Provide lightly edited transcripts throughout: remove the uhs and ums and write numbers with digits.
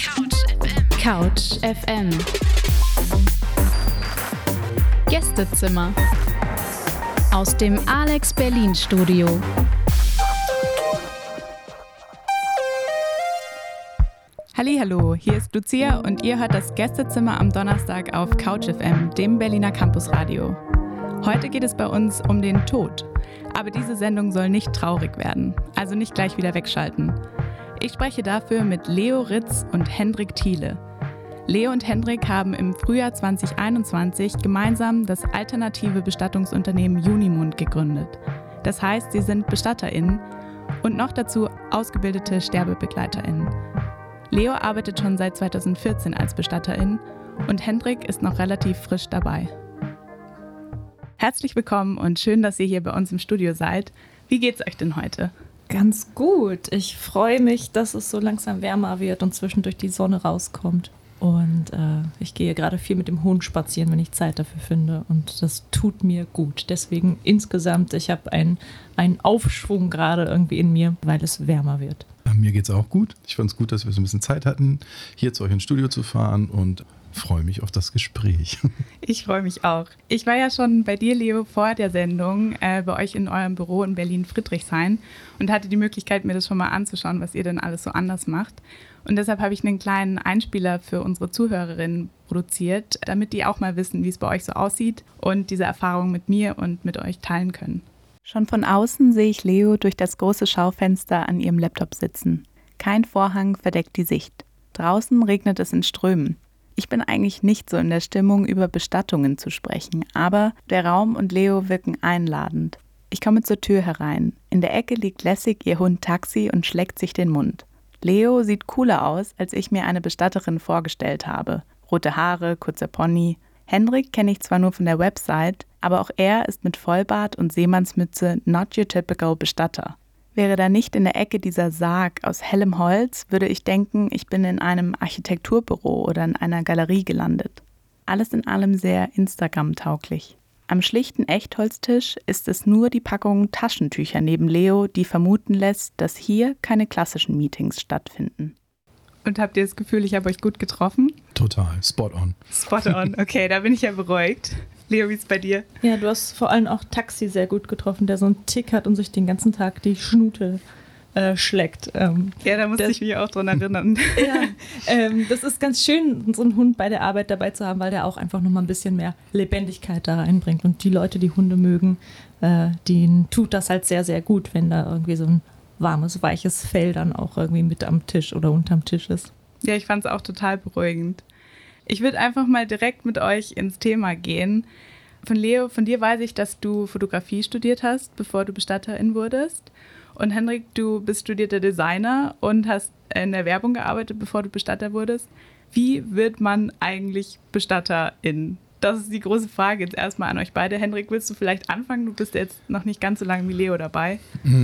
Couch FM. Gästezimmer aus dem Alex Berlin Studio. Hallihallo, hier ist Lucia und ihr hört das Gästezimmer am Donnerstag auf Couch FM, dem Berliner Campusradio. Heute geht es bei uns um den Tod. Aber diese Sendung soll nicht traurig werden, also nicht gleich wieder wegschalten. Ich spreche dafür mit Leo Ritz und Hendrik Thiele. Leo und Hendrik haben im Frühjahr 2021 gemeinsam das alternative Bestattungsunternehmen Unimund gegründet. Das heißt, sie sind BestatterInnen und noch dazu ausgebildete SterbebegleiterInnen. Leo arbeitet schon seit 2014 als Bestatterin und Hendrik ist noch relativ frisch dabei. Herzlich willkommen und schön, dass ihr hier bei uns im Studio seid. Wie geht's euch denn heute? Ganz gut. Ich freue mich, dass es so langsam wärmer wird und zwischendurch die Sonne rauskommt. Und ich gehe gerade viel mit dem Hund spazieren, wenn ich Zeit dafür finde. Und das tut mir gut. Deswegen insgesamt, ich habe einen Aufschwung gerade irgendwie in mir, weil es wärmer wird. Mir geht's auch gut. Ich fand es gut, dass wir so ein bisschen Zeit hatten, hier zu euch ins Studio zu fahren und freue mich auf das Gespräch. Ich freue mich auch. Ich war ja schon bei dir, Leo, vor der Sendung bei euch in eurem Büro in Berlin-Friedrichshain und hatte die Möglichkeit, mir das schon mal anzuschauen, was ihr denn alles so anders macht. Und deshalb habe ich einen kleinen Einspieler für unsere Zuhörerinnen produziert, damit die auch mal wissen, wie es bei euch so aussieht und diese Erfahrung mit mir und mit euch teilen können. Schon von außen sehe ich Leo durch das große Schaufenster an ihrem Laptop sitzen. Kein Vorhang verdeckt die Sicht. Draußen regnet es in Strömen. Ich bin eigentlich nicht so in der Stimmung, über Bestattungen zu sprechen, aber der Raum und Leo wirken einladend. Ich komme zur Tür herein. In der Ecke liegt lässig ihr Hund Taxi und schleckt sich den Mund. Leo sieht cooler aus, als ich mir eine Bestatterin vorgestellt habe. Rote Haare, kurzer Pony. Hendrik kenne ich zwar nur von der Website, aber auch er ist mit Vollbart und Seemannsmütze not your typical Bestatter. Wäre da nicht in der Ecke dieser Sarg aus hellem Holz, würde ich denken, ich bin in einem Architekturbüro oder in einer Galerie gelandet. Alles in allem sehr Instagram-tauglich. Am schlichten Echtholztisch ist es nur die Packung Taschentücher neben Leo, die vermuten lässt, dass hier keine klassischen Meetings stattfinden. Und habt ihr das Gefühl, ich habe euch gut getroffen? Total, spot on. Spot on, okay, da bin ich ja beruhigt. Leo, wie ist es bei dir? Ja, du hast vor allem auch Taxi sehr gut getroffen, der so einen Tick hat und sich den ganzen Tag die Schnute schlägt. Ja, da musste ich mich auch dran erinnern. Ja, das ist ganz schön, so einen Hund bei der Arbeit dabei zu haben, weil der auch einfach nochmal ein bisschen mehr Lebendigkeit da reinbringt. Und die Leute, die Hunde mögen, denen tut das halt sehr, sehr gut, wenn da irgendwie so ein warmes, weiches Fell dann auch irgendwie mit am Tisch oder unterm Tisch ist. Ja, ich fand es auch total beruhigend. Ich würde einfach mal direkt mit euch ins Thema gehen. Von Leo, von dir weiß ich, dass du Fotografie studiert hast, bevor du Bestatterin wurdest. Und Hendrik, du bist studierter Designer und hast in der Werbung gearbeitet, bevor du Bestatter wurdest. Wie wird man eigentlich Bestatterin? Das ist die große Frage jetzt erstmal an euch beide. Hendrik, willst du vielleicht anfangen? Du bist jetzt noch nicht ganz so lange wie Leo dabei.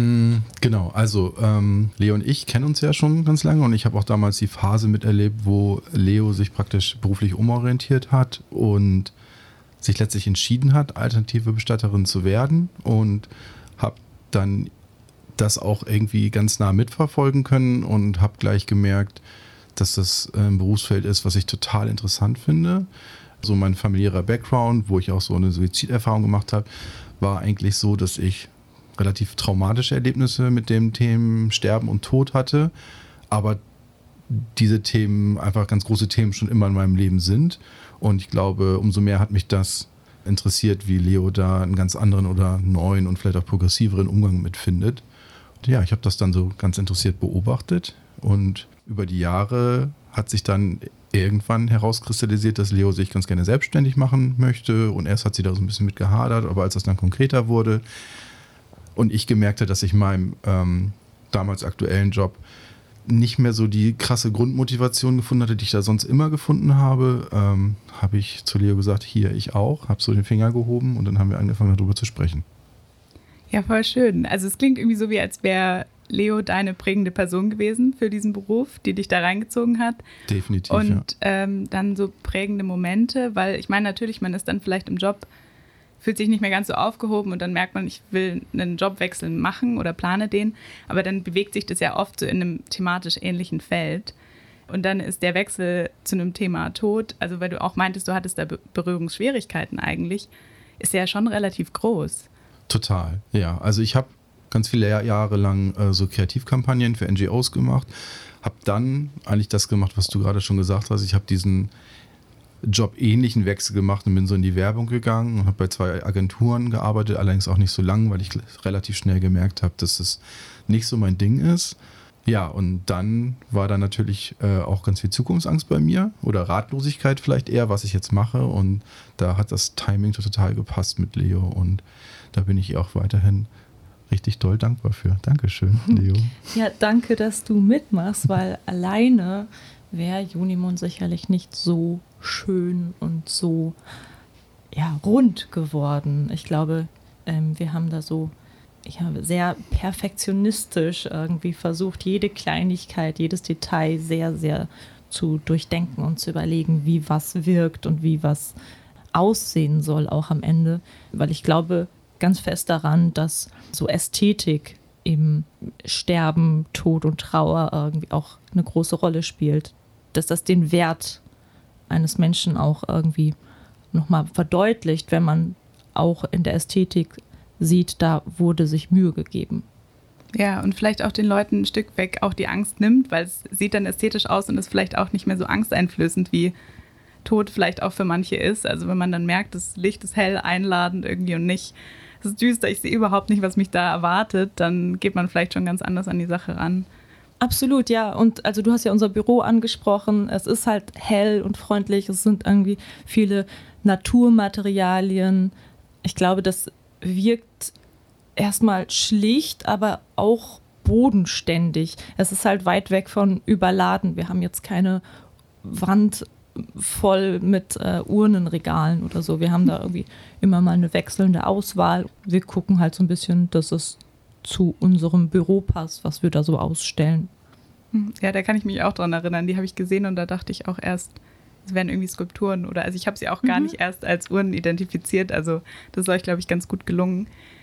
Genau, also Leo und ich kennen uns ja schon ganz lange und ich habe auch damals die Phase miterlebt, wo Leo sich praktisch beruflich umorientiert hat und sich letztlich entschieden hat, alternative Bestatterin zu werden und habe dann das auch irgendwie ganz nah mitverfolgen können und habe gleich gemerkt, dass das ein Berufsfeld ist, was ich total interessant finde. So mein familiärer Background, wo ich auch so eine Suiziderfahrung gemacht habe, war eigentlich so, dass ich relativ traumatische Erlebnisse mit den Themen Sterben und Tod hatte, aber diese Themen einfach ganz große Themen schon immer in meinem Leben sind und ich glaube, umso mehr hat mich das interessiert, wie Leo da einen ganz anderen oder neuen und vielleicht auch progressiveren Umgang mit findet. Und ja, ich habe das dann so ganz interessiert beobachtet und über die Jahre hat sich dann irgendwann herauskristallisiert, dass Leo sich ganz gerne selbstständig machen möchte und erst hat sie da so ein bisschen mit gehadert, aber als das dann konkreter wurde und ich gemerkt habe, dass ich meinem damals aktuellen Job nicht mehr so die krasse Grundmotivation gefunden hatte, die ich da sonst immer gefunden habe, habe ich zu Leo gesagt, hier, ich auch, habe so den Finger gehoben und dann haben wir angefangen, darüber zu sprechen. Ja, voll schön. Also es klingt irgendwie so, wie als wäre Leo deine prägende Person gewesen für diesen Beruf, die dich da reingezogen hat. Definitiv, und, ja. Dann so prägende Momente, weil ich meine natürlich, man ist dann vielleicht im Job, fühlt sich nicht mehr ganz so aufgehoben und dann merkt man, ich will einen Jobwechsel machen oder plane den, aber dann bewegt sich das ja oft so in einem thematisch ähnlichen Feld. Und dann ist der Wechsel zu einem Thema Tod, also weil du auch meintest, du hattest da Berührungsschwierigkeiten eigentlich, ist ja schon relativ groß. Total, ja. Also ich habe ganz viele Jahre lang so Kreativkampagnen für NGOs gemacht, habe dann eigentlich das gemacht, was du gerade schon gesagt hast. Ich habe diesen jobähnlichen Wechsel gemacht und bin so in die Werbung gegangen und habe bei 2 Agenturen gearbeitet, allerdings auch nicht so lang, weil ich relativ schnell gemerkt habe, dass das nicht so mein Ding ist. Ja, und dann war da natürlich auch ganz viel Zukunftsangst bei mir oder Ratlosigkeit vielleicht eher, was ich jetzt mache. Und da hat das Timing total gepasst mit Leo und da bin ich ihr auch weiterhin richtig doll dankbar für. Dankeschön, Leo. Ja, danke, dass du mitmachst, weil alleine wäre Junimond sicherlich nicht so schön und so rund geworden. Ich glaube, wir haben da so sehr perfektionistisch irgendwie versucht, jede Kleinigkeit, jedes Detail sehr, sehr zu durchdenken und zu überlegen, wie was wirkt und wie was aussehen soll auch am Ende. Weil ich glaube ganz fest daran, dass so Ästhetik im Sterben, Tod und Trauer irgendwie auch eine große Rolle spielt. Dass das den Wert eines Menschen auch irgendwie nochmal verdeutlicht, wenn man auch in der Ästhetik sieht, da wurde sich Mühe gegeben. Ja, und vielleicht auch den Leuten ein Stück weg auch die Angst nimmt, weil es sieht dann ästhetisch aus und ist vielleicht auch nicht mehr so angsteinflößend, wie Tod vielleicht auch für manche ist. Also wenn man dann merkt, das Licht ist hell, einladend irgendwie und nicht, es ist düster, ich sehe überhaupt nicht, was mich da erwartet, dann geht man vielleicht schon ganz anders an die Sache ran. Absolut, ja. Und also du hast ja unser Büro angesprochen. Es ist halt hell und freundlich. Es sind irgendwie viele Naturmaterialien. Ich glaube, das wirkt erstmal schlicht, aber auch bodenständig. Es ist halt weit weg von überladen. Wir haben jetzt keine Wand voll mit Urnenregalen oder so. Wir haben da irgendwie immer mal eine wechselnde Auswahl. Wir gucken halt so ein bisschen, dass es zu unserem Büro passt, was wir da so ausstellen. Ja, da kann ich mich auch dran erinnern. Die habe ich gesehen und da dachte ich auch erst, es wären irgendwie Skulpturen oder, also ich habe sie auch gar nicht erst als Urnen identifiziert. Also das ist euch, glaube ich, ganz gut gelungen.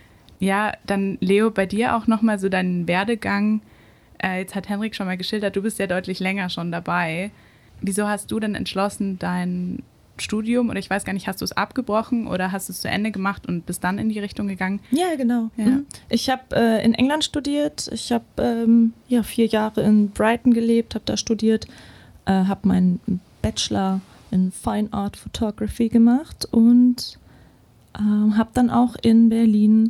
Ja, dann Leo, bei dir auch nochmal so deinen Werdegang. Jetzt hat Henrik schon mal geschildert, du bist ja deutlich länger schon dabei. Wieso hast du denn entschlossen, dein Studium, oder ich weiß gar nicht, hast du es abgebrochen oder hast du es zu Ende gemacht und bist dann in die Richtung gegangen? Ja, genau. Ja. Ich habe in England studiert. Ich habe 4 Jahre in Brighton gelebt, habe da studiert, habe meinen Bachelor in Fine Art Photography gemacht und habe dann auch in Berlin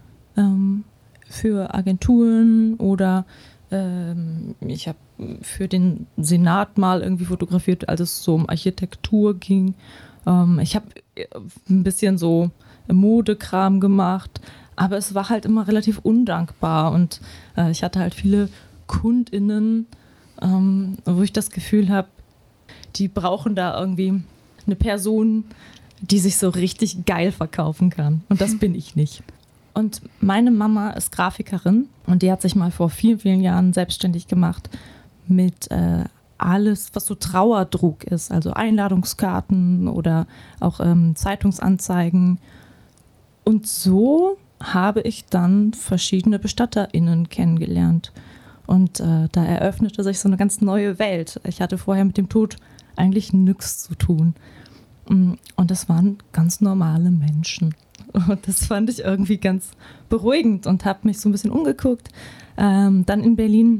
für Agenturen oder ich habe für den Senat mal irgendwie fotografiert, als es so um Architektur ging. Ich habe ein bisschen so Modekram gemacht, aber es war halt immer relativ undankbar und ich hatte halt viele KundInnen, wo ich das Gefühl habe, die brauchen da irgendwie eine Person, die sich so richtig geil verkaufen kann. Und das bin ich nicht. Und meine Mama ist Grafikerin und die hat sich mal vor vielen, vielen Jahren selbstständig gemacht mit alles, was so Trauerdruck ist, also Einladungskarten oder auch Zeitungsanzeigen. Und so habe ich dann verschiedene BestatterInnen kennengelernt. Und da eröffnete sich so eine ganz neue Welt. Ich hatte vorher mit dem Tod eigentlich nichts zu tun. Und das waren ganz normale Menschen. Und das fand ich irgendwie ganz beruhigend und habe mich so ein bisschen umgeguckt, dann in Berlin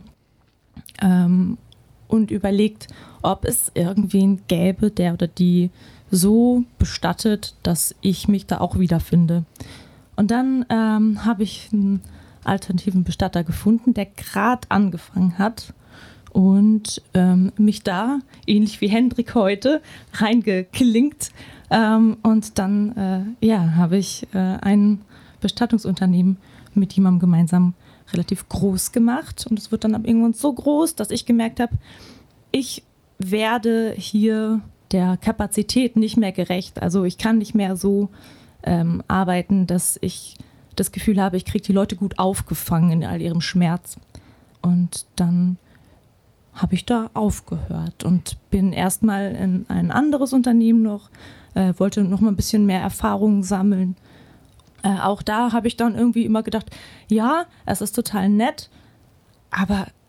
und überlegt, ob es irgendwen gäbe, der oder die so bestattet, dass ich mich da auch wiederfinde. Und dann habe ich einen alternativen Bestatter gefunden, der gerade angefangen hat und mich da, ähnlich wie Hendrik heute, reingeklinkt. Und dann habe ich ein Bestattungsunternehmen mit jemandem gemeinsam relativ groß gemacht. Und es wird dann irgendwann so groß, dass ich gemerkt habe, ich werde hier der Kapazität nicht mehr gerecht. Also ich kann nicht mehr so arbeiten, dass ich das Gefühl habe, ich kriege die Leute gut aufgefangen in all ihrem Schmerz. Und dann habe ich da aufgehört und bin erstmal in ein anderes Unternehmen noch, wollte noch mal ein bisschen mehr Erfahrung sammeln. Auch da habe ich dann irgendwie immer gedacht, ja, es ist total nett, aber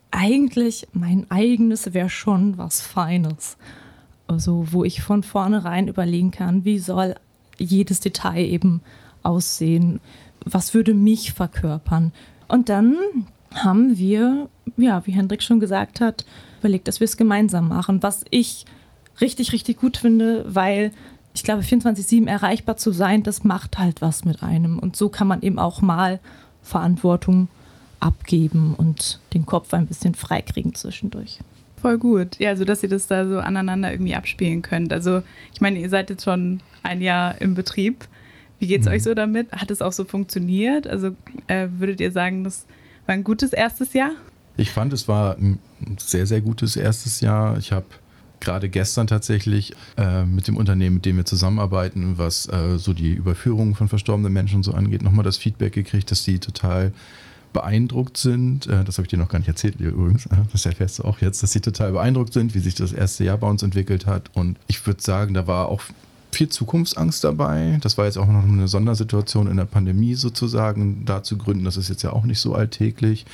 eigentlich mein eigenes wäre schon was Feines. Also wo ich von vornherein überlegen kann, wie soll jedes Detail eben aussehen, was würde mich verkörpern. Und dann haben wir, ja, wie Hendrik schon gesagt hat, überlegt, dass wir es gemeinsam machen, was ich richtig, richtig gut finde, weil ich glaube, 24/7 erreichbar zu sein, das macht halt was mit einem. Und so kann man eben auch mal Verantwortung abgeben und den Kopf ein bisschen freikriegen zwischendurch. Voll gut. Ja, also dass ihr das da so aneinander irgendwie abspielen könnt. Also ich meine, ihr seid jetzt schon ein Jahr im Betrieb. Wie geht's euch so damit? Hat es auch so funktioniert? Also würdet ihr sagen, das war ein gutes erstes Jahr? Ich fand, es war ein sehr, sehr gutes erstes Jahr. Ich habe gerade gestern tatsächlich mit dem Unternehmen, mit dem wir zusammenarbeiten, was so die Überführung von verstorbenen Menschen so angeht, nochmal das Feedback gekriegt, dass die total beeindruckt sind. Das habe ich dir noch gar nicht erzählt, übrigens. Das erfährst du auch jetzt, dass sie total beeindruckt sind, wie sich das erste Jahr bei uns entwickelt hat. Und ich würde sagen, da war auch viel Zukunftsangst dabei. Das war jetzt auch noch eine Sondersituation in der Pandemie sozusagen, da zu gründen. Das ist jetzt ja auch nicht so alltäglich.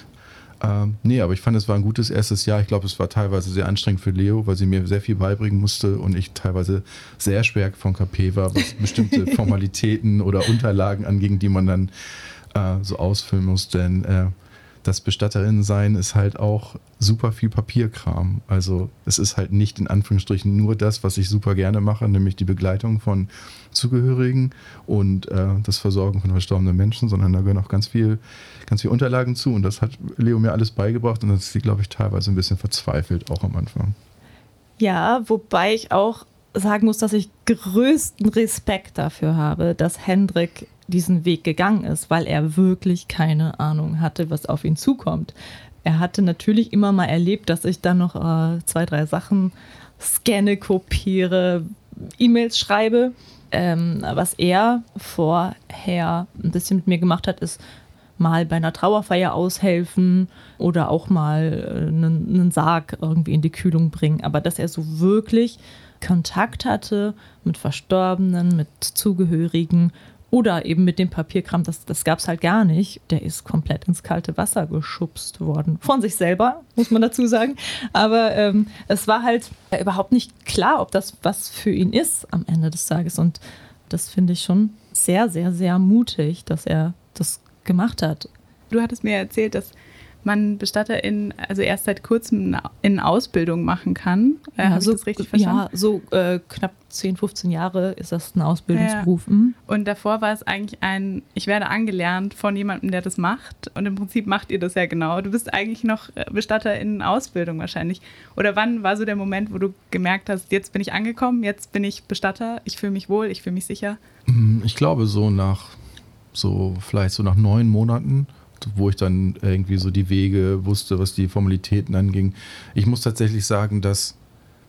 Nee, aber ich fand, es war ein gutes erstes Jahr. Ich glaube, es war teilweise sehr anstrengend für Leo, weil sie mir sehr viel beibringen musste und ich teilweise sehr schwer von KP war, was bestimmte Formalitäten oder Unterlagen anging, die man dann so ausfüllen muss. Denn das Bestatterinnensein ist halt auch super viel Papierkram. Also es ist halt nicht in Anführungsstrichen nur das, was ich super gerne mache, nämlich die Begleitung von Zugehörigen und das Versorgen von verstorbenen Menschen, sondern da gehören auch ganz viel Unterlagen zu und das hat Leo mir alles beigebracht und das ist sie, glaube ich, teilweise ein bisschen verzweifelt, auch am Anfang. Ja, wobei ich auch sagen muss, dass ich größten Respekt dafür habe, dass Hendrik diesen Weg gegangen ist, weil er wirklich keine Ahnung hatte, was auf ihn zukommt. Er hatte natürlich immer mal erlebt, dass ich dann noch 2, 3 Sachen scanne, kopiere, E-Mails schreibe. Was er vorher ein bisschen mit mir gemacht hat, ist mal bei einer Trauerfeier aushelfen oder auch mal einen Sarg irgendwie in die Kühlung bringen. Aber dass er so wirklich Kontakt hatte mit Verstorbenen, mit Zugehörigen oder eben mit dem Papierkram, das gab es halt gar nicht. Der ist komplett ins kalte Wasser geschubst worden. Von sich selber, muss man dazu sagen. Aber es war halt überhaupt nicht klar, ob das was für ihn ist am Ende des Tages. Und das finde ich schon sehr, sehr, sehr mutig, dass er das gemacht hat. Du hattest mir erzählt, dass man BestatterInnen also erst seit kurzem in Ausbildung machen kann. Habe ich das richtig verstanden? Ja, so knapp 10, 15 Jahre ist das ein Ausbildungsberuf. Ja. Und davor war es eigentlich ich werde angelernt von jemandem, der das macht. Und im Prinzip macht ihr das ja genau. Du bist eigentlich noch Bestatter in Ausbildung wahrscheinlich. Oder wann war so der Moment, wo du gemerkt hast, jetzt bin ich angekommen, jetzt bin ich Bestatter, ich fühle mich wohl, ich fühle mich sicher? Ich glaube vielleicht so nach 9 Monaten, wo ich dann irgendwie so die Wege wusste, was die Formalitäten anging. Ich muss tatsächlich sagen, dass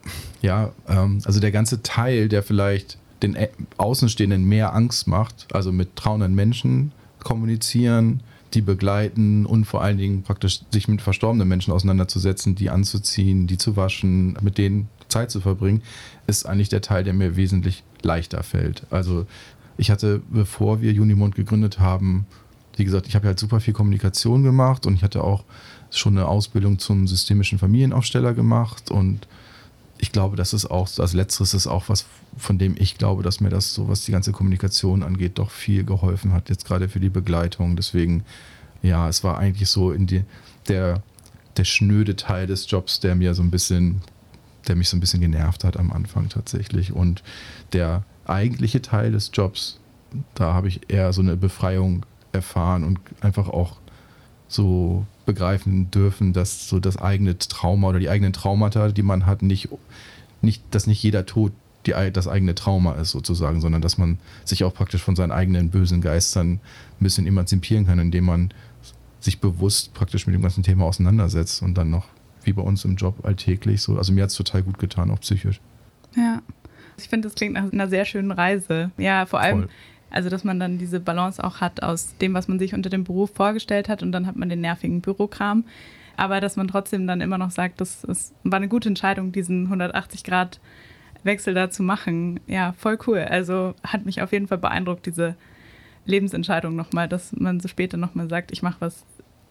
also der ganze Teil, der vielleicht den Außenstehenden mehr Angst macht, also mit trauernden Menschen kommunizieren, die begleiten und vor allen Dingen praktisch sich mit verstorbenen Menschen auseinanderzusetzen, die anzuziehen, die zu waschen, mit denen Zeit zu verbringen, ist eigentlich der Teil, der mir wesentlich leichter fällt. Also ich hatte, bevor wir Junimond gegründet haben, wie gesagt, ich habe halt super viel Kommunikation gemacht und ich hatte auch schon eine Ausbildung zum systemischen Familienaufsteller gemacht und ich glaube, das ist auch, als letzteres ist auch was, von dem ich glaube, dass mir das so, was die ganze Kommunikation angeht, doch viel geholfen hat, jetzt gerade für die Begleitung. Deswegen, ja, es war eigentlich so der schnöde Teil des Jobs, der mich so ein bisschen genervt hat am Anfang tatsächlich. Und der eigentliche Teil des Jobs, da habe ich eher so eine Befreiung erfahren und einfach auch so begreifen dürfen, dass so das eigene Trauma oder die eigenen Traumata, die man hat, dass nicht jeder Tod das eigene Trauma ist sozusagen, sondern dass man sich auch praktisch von seinen eigenen bösen Geistern ein bisschen emanzipieren kann, indem man sich bewusst praktisch mit dem ganzen Thema auseinandersetzt und dann noch, wie bei uns im Job alltäglich so. Also mir hat es total gut getan, auch psychisch. Ja, ich finde, das klingt nach einer sehr schönen Reise. Ja, vor allem, also dass man dann diese Balance auch hat aus dem, was man sich unter dem Beruf vorgestellt hat und dann hat man den nervigen Bürokram. Aber dass man trotzdem dann immer noch sagt, das war eine gute Entscheidung, diesen 180-Grad-Wechsel da zu machen. Ja, voll cool. Also hat mich auf jeden Fall beeindruckt, diese Lebensentscheidung nochmal, dass man so später nochmal sagt, ich mache was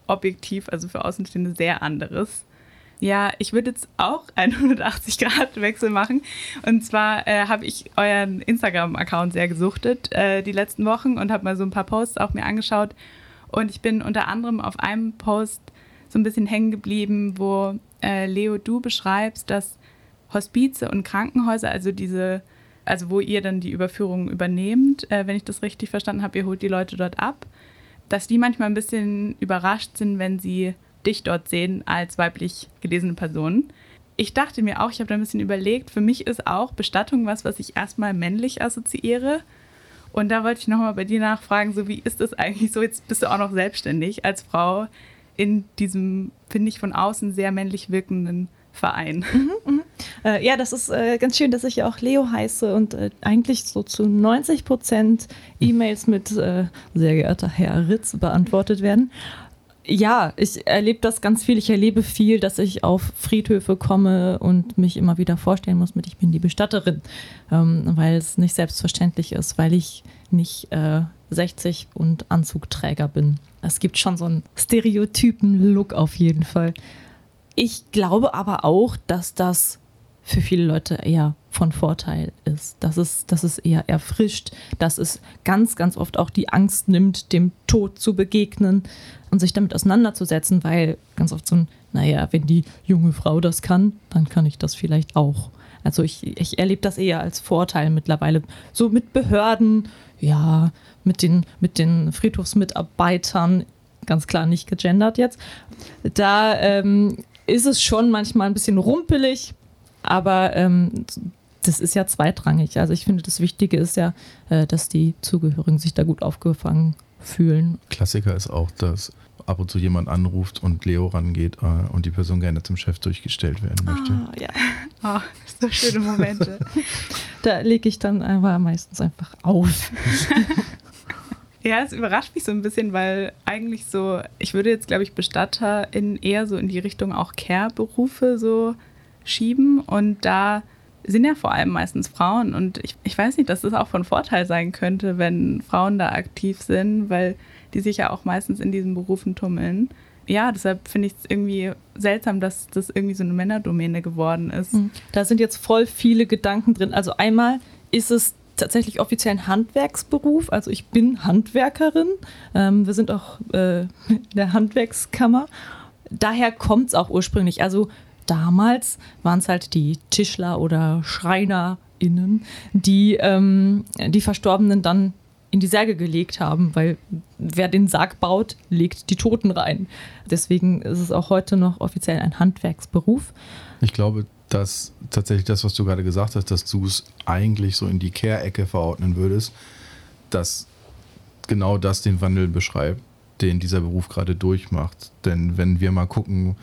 objektiv, also für Außenstehende, sehr anderes. Ja, ich würde jetzt auch einen 180-Grad-Wechsel machen. Und zwar habe ich euren Instagram-Account sehr gesuchtet die letzten Wochen und habe mal so ein paar Posts auch mir angeschaut. Und ich bin unter anderem auf einem Post so ein bisschen hängen geblieben, wo Leo, du beschreibst, dass Hospize und Krankenhäuser, also wo ihr dann die Überführung übernehmt, wenn ich das richtig verstanden habe, ihr holt die Leute dort ab, dass die manchmal ein bisschen überrascht sind, wenn sie dich dort sehen als weiblich gelesene Person. Ich dachte mir auch, ich habe da ein bisschen überlegt, für mich ist auch Bestattung was ich erstmal männlich assoziiere. Und da wollte ich nochmal bei dir nachfragen, so wie ist das eigentlich so? Jetzt bist du auch noch selbstständig als Frau in diesem, finde ich, von außen sehr männlich wirkenden Verein. Ja, das ist ganz schön, dass ich ja auch Leo heiße und eigentlich so zu 90% E-Mails mit sehr geehrter Herr Ritz beantwortet werden. Ja, ich erlebe das ganz viel. Ich erlebe viel, dass ich auf Friedhöfe komme und mich immer wieder vorstellen muss ich bin die Bestatterin, weil es nicht selbstverständlich ist, weil ich nicht 60 und Anzugträger bin. Es gibt schon so einen Stereotypen-Look auf jeden Fall. Ich glaube aber auch, dass das für viele Leute eher von Vorteil ist, dass es eher erfrischt, dass es ganz, ganz oft auch die Angst nimmt, dem Tod zu begegnen und sich damit auseinanderzusetzen, weil ganz oft so wenn die junge Frau das kann, dann kann ich das vielleicht auch. Also ich erlebe das eher als Vorteil mittlerweile, so mit Behörden, ja, mit den Friedhofsmitarbeitern, ganz klar nicht gegendert jetzt. Da ist es schon manchmal ein bisschen rumpelig, aber das ist ja zweitrangig. Also ich finde, das Wichtige ist ja, dass die Zugehörigen sich da gut aufgefangen fühlen. Klassiker ist auch, dass ab und zu jemand anruft und Leo rangeht und die Person gerne zum Chef durchgestellt werden möchte. Ja. Oh, so schöne Momente. Da lege ich dann meistens einfach auf. Ja, es überrascht mich so ein bisschen, weil eigentlich so, ich würde jetzt, glaube ich, BestatterInnen eher so in die Richtung auch Care-Berufe so schieben und da sind ja vor allem meistens Frauen und ich weiß nicht, dass das auch von Vorteil sein könnte, wenn Frauen da aktiv sind, weil die sich ja auch meistens in diesen Berufen tummeln. Ja, deshalb finde ich es irgendwie seltsam, dass das irgendwie so eine Männerdomäne geworden ist. Da sind jetzt voll viele Gedanken drin. Also einmal ist es tatsächlich offiziell ein Handwerksberuf, also ich bin Handwerkerin. Wir sind auch in der Handwerkskammer. Daher kommt es auch ursprünglich. Also damals waren es halt die Tischler oder SchreinerInnen, die die Verstorbenen dann in die Särge gelegt haben, weil wer den Sarg baut, legt die Toten rein. Deswegen ist es auch heute noch offiziell ein Handwerksberuf. Ich glaube, dass tatsächlich das, was du gerade gesagt hast, dass du es eigentlich so in die Care-Ecke verordnen würdest, dass genau das den Wandel beschreibt, den dieser Beruf gerade durchmacht. Denn wenn wir mal gucken,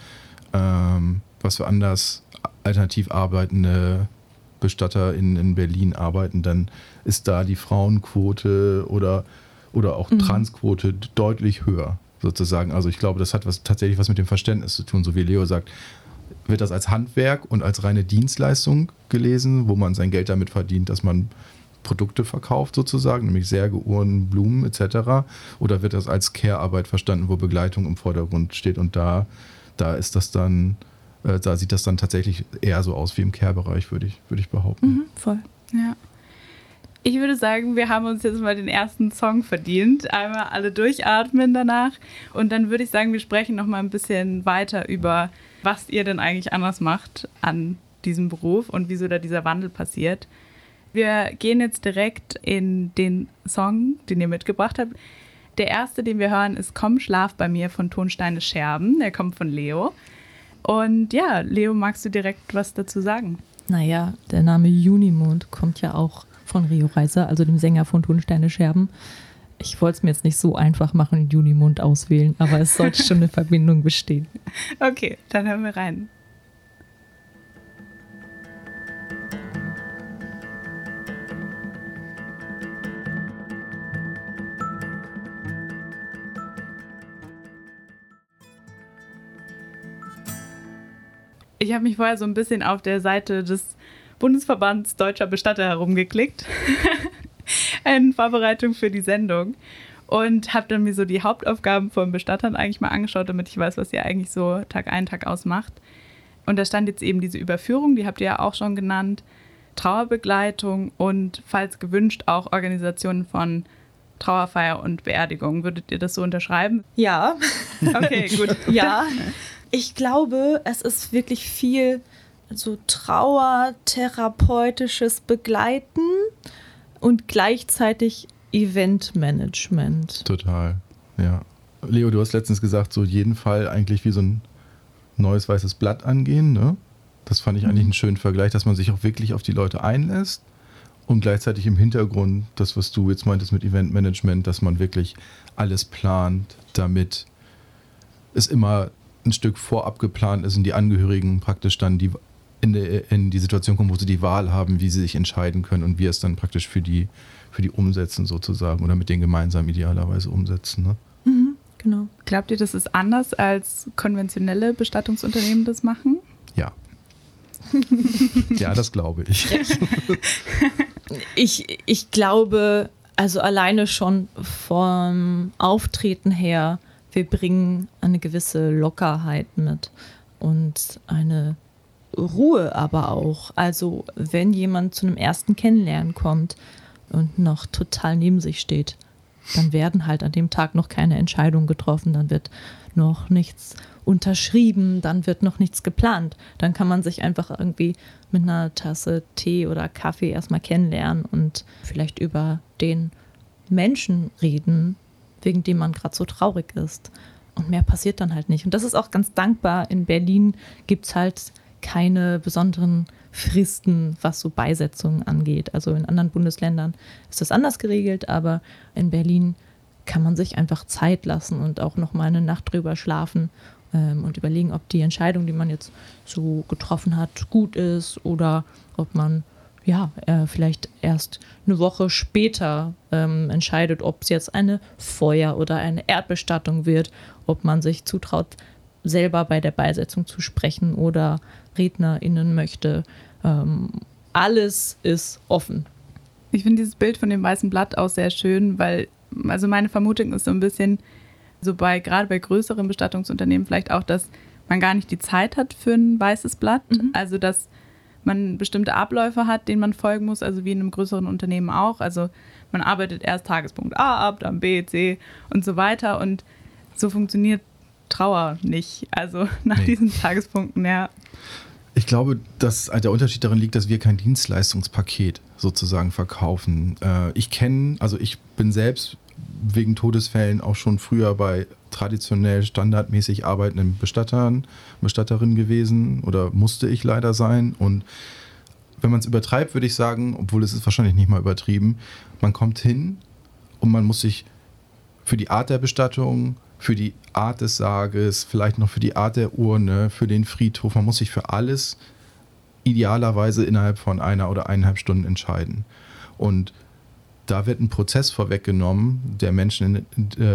was für anders alternativ arbeitende Bestatter in Berlin arbeiten, dann ist da die Frauenquote oder auch Transquote deutlich höher, sozusagen. Also ich glaube, das hat tatsächlich was mit dem Verständnis zu tun, so wie Leo sagt. Wird das als Handwerk und als reine Dienstleistung gelesen, wo man sein Geld damit verdient, dass man Produkte verkauft sozusagen, nämlich Särge, Uhren, Blumen etc. Oder wird das als Care-Arbeit verstanden, wo Begleitung im Vordergrund steht und da ist das dann, da sieht das dann tatsächlich eher so aus wie im Care-Bereich, würde ich behaupten. Voll. Ja. Ich würde sagen, wir haben uns jetzt mal den ersten Song verdient. Einmal alle durchatmen danach. Und dann würde ich sagen, wir sprechen noch mal ein bisschen weiter über, was ihr denn eigentlich anders macht an diesem Beruf und wieso da dieser Wandel passiert. Wir gehen jetzt direkt in den Song, den ihr mitgebracht habt. Der erste, den wir hören, ist Komm, schlaf bei mir von Tonsteine Scherben. Der kommt von Leo. Und ja, Leo, magst du direkt was dazu sagen? Naja, der Name Junimond kommt ja auch von Rio Reiser, also dem Sänger von Tonsteine Scherben. Ich wollte es mir jetzt nicht so einfach machen und Junimond auswählen, aber es sollte schon eine Verbindung bestehen. Okay, dann hören wir rein. Ich habe mich vorher so ein bisschen auf der Seite des Bundesverbands Deutscher Bestatter herumgeklickt in Vorbereitung für die Sendung. und habe dann mir so die Hauptaufgaben von Bestattern eigentlich mal angeschaut, damit ich weiß, was ihr eigentlich so Tag ein, Tag aus macht. Und da stand jetzt eben diese Überführung, die habt ihr ja auch schon genannt, Trauerbegleitung und, falls gewünscht, auch Organisation von Trauerfeier und Beerdigung. Würdet ihr das so unterschreiben? Ja. Okay, gut. Ja. Ich glaube, es ist wirklich viel so trauertherapeutisches Begleiten und gleichzeitig Eventmanagement. Total, ja. Leo, du hast letztens gesagt, so jeden Fall eigentlich wie so ein neues weißes Blatt angehen, ne? Das fand ich eigentlich einen schönen Vergleich, dass man sich auch wirklich auf die Leute einlässt und gleichzeitig im Hintergrund, das, was du jetzt meintest mit Eventmanagement, dass man wirklich alles plant, damit es immer ein Stück vorab geplant ist und die Angehörigen praktisch dann in die Situation kommen, wo sie die Wahl haben, wie sie sich entscheiden können und wir es dann praktisch für die umsetzen sozusagen oder mit denen gemeinsam idealerweise umsetzen. Ne? Genau. Glaubt ihr, das ist anders als konventionelle Bestattungsunternehmen das machen? Ja. Ja, das glaube ich. Ich glaube, also alleine schon vom Auftreten her, wir bringen eine gewisse Lockerheit mit und eine Ruhe aber auch. Also wenn jemand zu einem ersten Kennenlernen kommt und noch total neben sich steht, dann werden halt an dem Tag noch keine Entscheidungen getroffen, dann wird noch nichts unterschrieben, dann wird noch nichts geplant. Dann kann man sich einfach irgendwie mit einer Tasse Tee oder Kaffee erstmal kennenlernen und vielleicht über den Menschen reden, wegen dem man gerade so traurig ist. Und mehr passiert dann halt nicht. Und das ist auch ganz dankbar. In Berlin gibt es halt keine besonderen Fristen, was so Beisetzungen angeht. Also in anderen Bundesländern ist das anders geregelt, aber in Berlin kann man sich einfach Zeit lassen und auch noch mal eine Nacht drüber schlafen und überlegen, ob die Entscheidung, die man jetzt so getroffen hat, gut ist oder ob man vielleicht erst eine Woche später entscheidet, ob es jetzt eine Feuer- oder eine Erdbestattung wird, ob man sich zutraut, selber bei der Beisetzung zu sprechen oder RednerInnen möchte. Alles ist offen. Ich finde dieses Bild von dem weißen Blatt auch sehr schön, weil, also meine Vermutung ist so ein bisschen, so gerade bei größeren Bestattungsunternehmen vielleicht auch, dass man gar nicht die Zeit hat für ein weißes Blatt. Also dass man bestimmte Abläufe hat, denen man folgen muss, also wie in einem größeren Unternehmen auch. Also man arbeitet erst Tagespunkt A ab, dann B, C und so weiter. Und so funktioniert Trauer nicht. Also nach diesen Tagespunkten, ja. Ich glaube, dass der Unterschied darin liegt, dass wir kein Dienstleistungspaket sozusagen verkaufen. Ich bin selbst wegen Todesfällen auch schon früher bei traditionell standardmäßig arbeitenden Bestatterinnen gewesen oder musste ich leider sein. Und wenn man es übertreibt, würde ich sagen, obwohl es ist wahrscheinlich nicht mal übertrieben, man kommt hin und man muss sich für die Art der Bestattung, für die Art des Sarges, vielleicht noch für die Art der Urne, für den Friedhof, man muss sich für alles idealerweise innerhalb von 1 oder 1,5 Stunden entscheiden. Und da wird ein Prozess vorweggenommen, der Menschen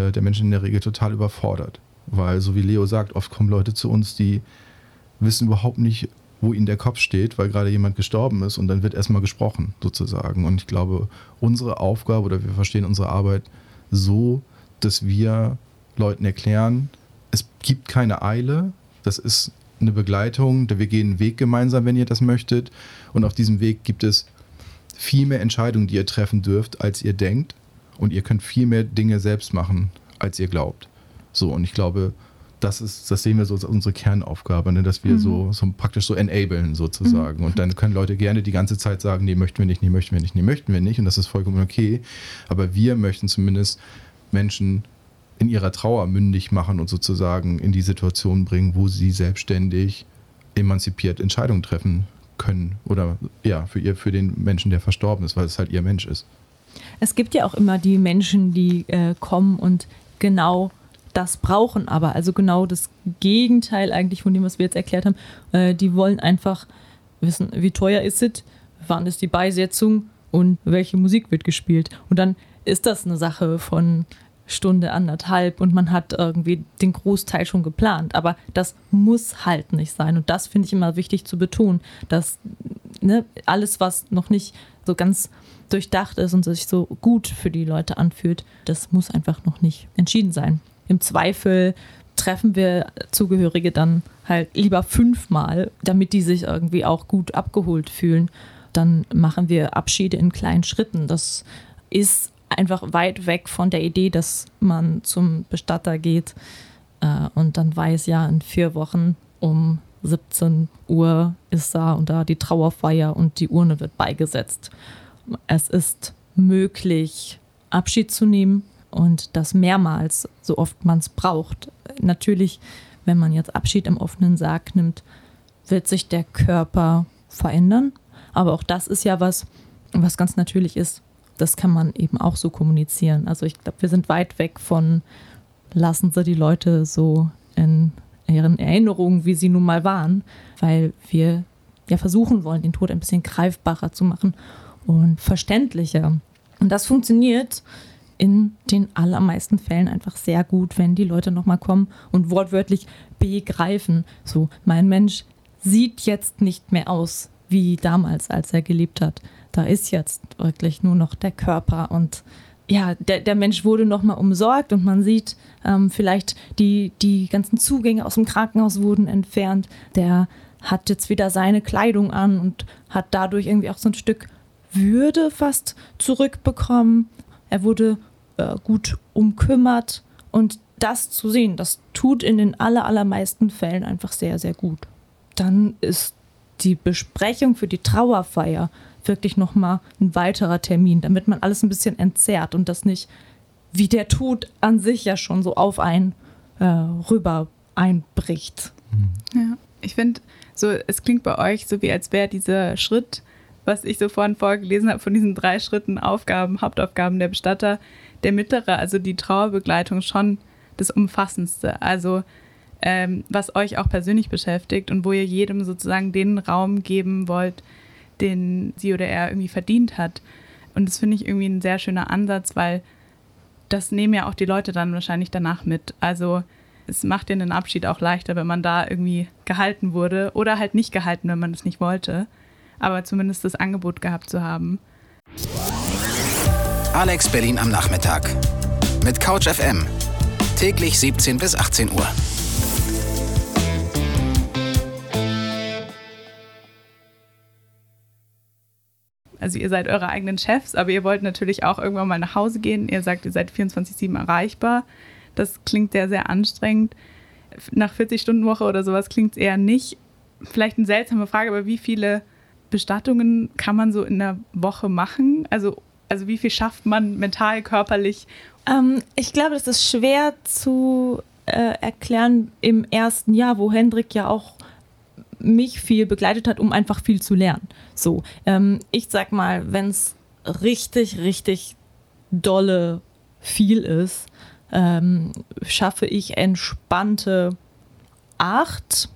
in der Regel total überfordert. Weil, so wie Leo sagt, oft kommen Leute zu uns, die wissen überhaupt nicht, wo ihnen der Kopf steht, weil gerade jemand gestorben ist und dann wird erstmal gesprochen, sozusagen. Und ich glaube, unsere Aufgabe oder wir verstehen unsere Arbeit so, dass wir Leuten erklären, es gibt keine Eile, das ist eine Begleitung, wir gehen einen Weg gemeinsam, wenn ihr das möchtet. Und auf diesem Weg gibt es viel mehr Entscheidungen, die ihr treffen dürft, als ihr denkt. Und ihr könnt viel mehr Dinge selbst machen, als ihr glaubt. So, und ich glaube, das sehen wir so als unsere Kernaufgabe, ne? Dass wir so praktisch so enablen sozusagen. Und dann können Leute gerne die ganze Zeit sagen, nee, möchten wir nicht, nee, möchten wir nicht, nee, möchten wir nicht. Und das ist vollkommen okay. Aber wir möchten zumindest Menschen in ihrer Trauer mündig machen und sozusagen in die Situation bringen, wo sie selbstständig, emanzipiert Entscheidungen treffen können oder ja, für den Menschen, der verstorben ist, weil es halt ihr Mensch ist. Es gibt ja auch immer die Menschen, die kommen und genau das brauchen, aber also genau das Gegenteil eigentlich von dem, was wir jetzt erklärt haben. Die wollen einfach wissen, wie teuer ist es, wann ist die Beisetzung und welche Musik wird gespielt. Und dann ist das eine Sache von Stunde, 1,5 und man hat irgendwie den Großteil schon geplant. Aber das muss halt nicht sein. Und das finde ich immer wichtig zu betonen, dass alles, was noch nicht so ganz durchdacht ist und sich so gut für die Leute anfühlt, das muss einfach noch nicht entschieden sein. Im Zweifel treffen wir Zugehörige dann halt lieber 5-mal, damit die sich irgendwie auch gut abgeholt fühlen. Dann machen wir Abschiede in kleinen Schritten. Das ist einfach weit weg von der Idee, dass man zum Bestatter geht und dann weiß, ja, in 4 Wochen um 17 Uhr ist da und da die Trauerfeier und die Urne wird beigesetzt. Es ist möglich, Abschied zu nehmen und das mehrmals, so oft man es braucht. Natürlich, wenn man jetzt Abschied im offenen Sarg nimmt, wird sich der Körper verändern. Aber auch das ist ja was ganz natürlich ist. Das kann man eben auch so kommunizieren. Also ich glaube, wir sind weit weg von, lassen Sie die Leute so in ihren Erinnerungen, wie sie nun mal waren, weil wir ja versuchen wollen, den Tod ein bisschen greifbarer zu machen und verständlicher. Und das funktioniert in den allermeisten Fällen einfach sehr gut, wenn die Leute nochmal kommen und wortwörtlich begreifen. So, mein Mensch sieht jetzt nicht mehr aus wie damals, als er gelebt hat. Da ist jetzt wirklich nur noch der Körper und ja, der Mensch wurde nochmal umsorgt und man sieht vielleicht die ganzen Zugänge aus dem Krankenhaus wurden entfernt. Der hat jetzt wieder seine Kleidung an und hat dadurch irgendwie auch so ein Stück Würde fast zurückbekommen. Er wurde gut umkümmert und das zu sehen, das tut in den allermeisten Fällen einfach sehr, sehr gut. Dann ist die Besprechung für die Trauerfeier wirklich nochmal ein weiterer Termin, damit man alles ein bisschen entzerrt und das nicht wie der Tod an sich ja schon so auf einen rüber einbricht. Ja, ich finde, so, es klingt bei euch so, wie als wäre dieser Schritt, was ich so vorhin vorgelesen habe, von diesen 3 Schritten Hauptaufgaben der Bestatter, der mittlere, also die Trauerbegleitung, schon das Umfassendste. Also was euch auch persönlich beschäftigt und wo ihr jedem sozusagen den Raum geben wollt, den sie oder er irgendwie verdient hat. Und das finde ich irgendwie ein sehr schöner Ansatz, weil das nehmen ja auch die Leute dann wahrscheinlich danach mit. Also es macht ja den Abschied auch leichter, wenn man da irgendwie gehalten wurde oder halt nicht gehalten, wenn man das nicht wollte. Aber zumindest das Angebot gehabt zu haben. Alex Berlin am Nachmittag mit Couch FM. Täglich 17 bis 18 Uhr. Also ihr seid eure eigenen Chefs, aber ihr wollt natürlich auch irgendwann mal nach Hause gehen. Ihr sagt, ihr seid 24/7 erreichbar. Das klingt sehr, sehr anstrengend. Nach 40-Stunden-Woche oder sowas klingt es eher nicht. Vielleicht eine seltsame Frage, aber wie viele Bestattungen kann man so in der Woche machen? Also wie viel schafft man mental, körperlich? Ich glaube, das ist schwer zu erklären im ersten Jahr, wo Hendrik ja auch mich viel begleitet hat, um einfach viel zu lernen. So, ich sag mal, wenn es richtig, richtig dolle viel ist, schaffe ich entspannte 8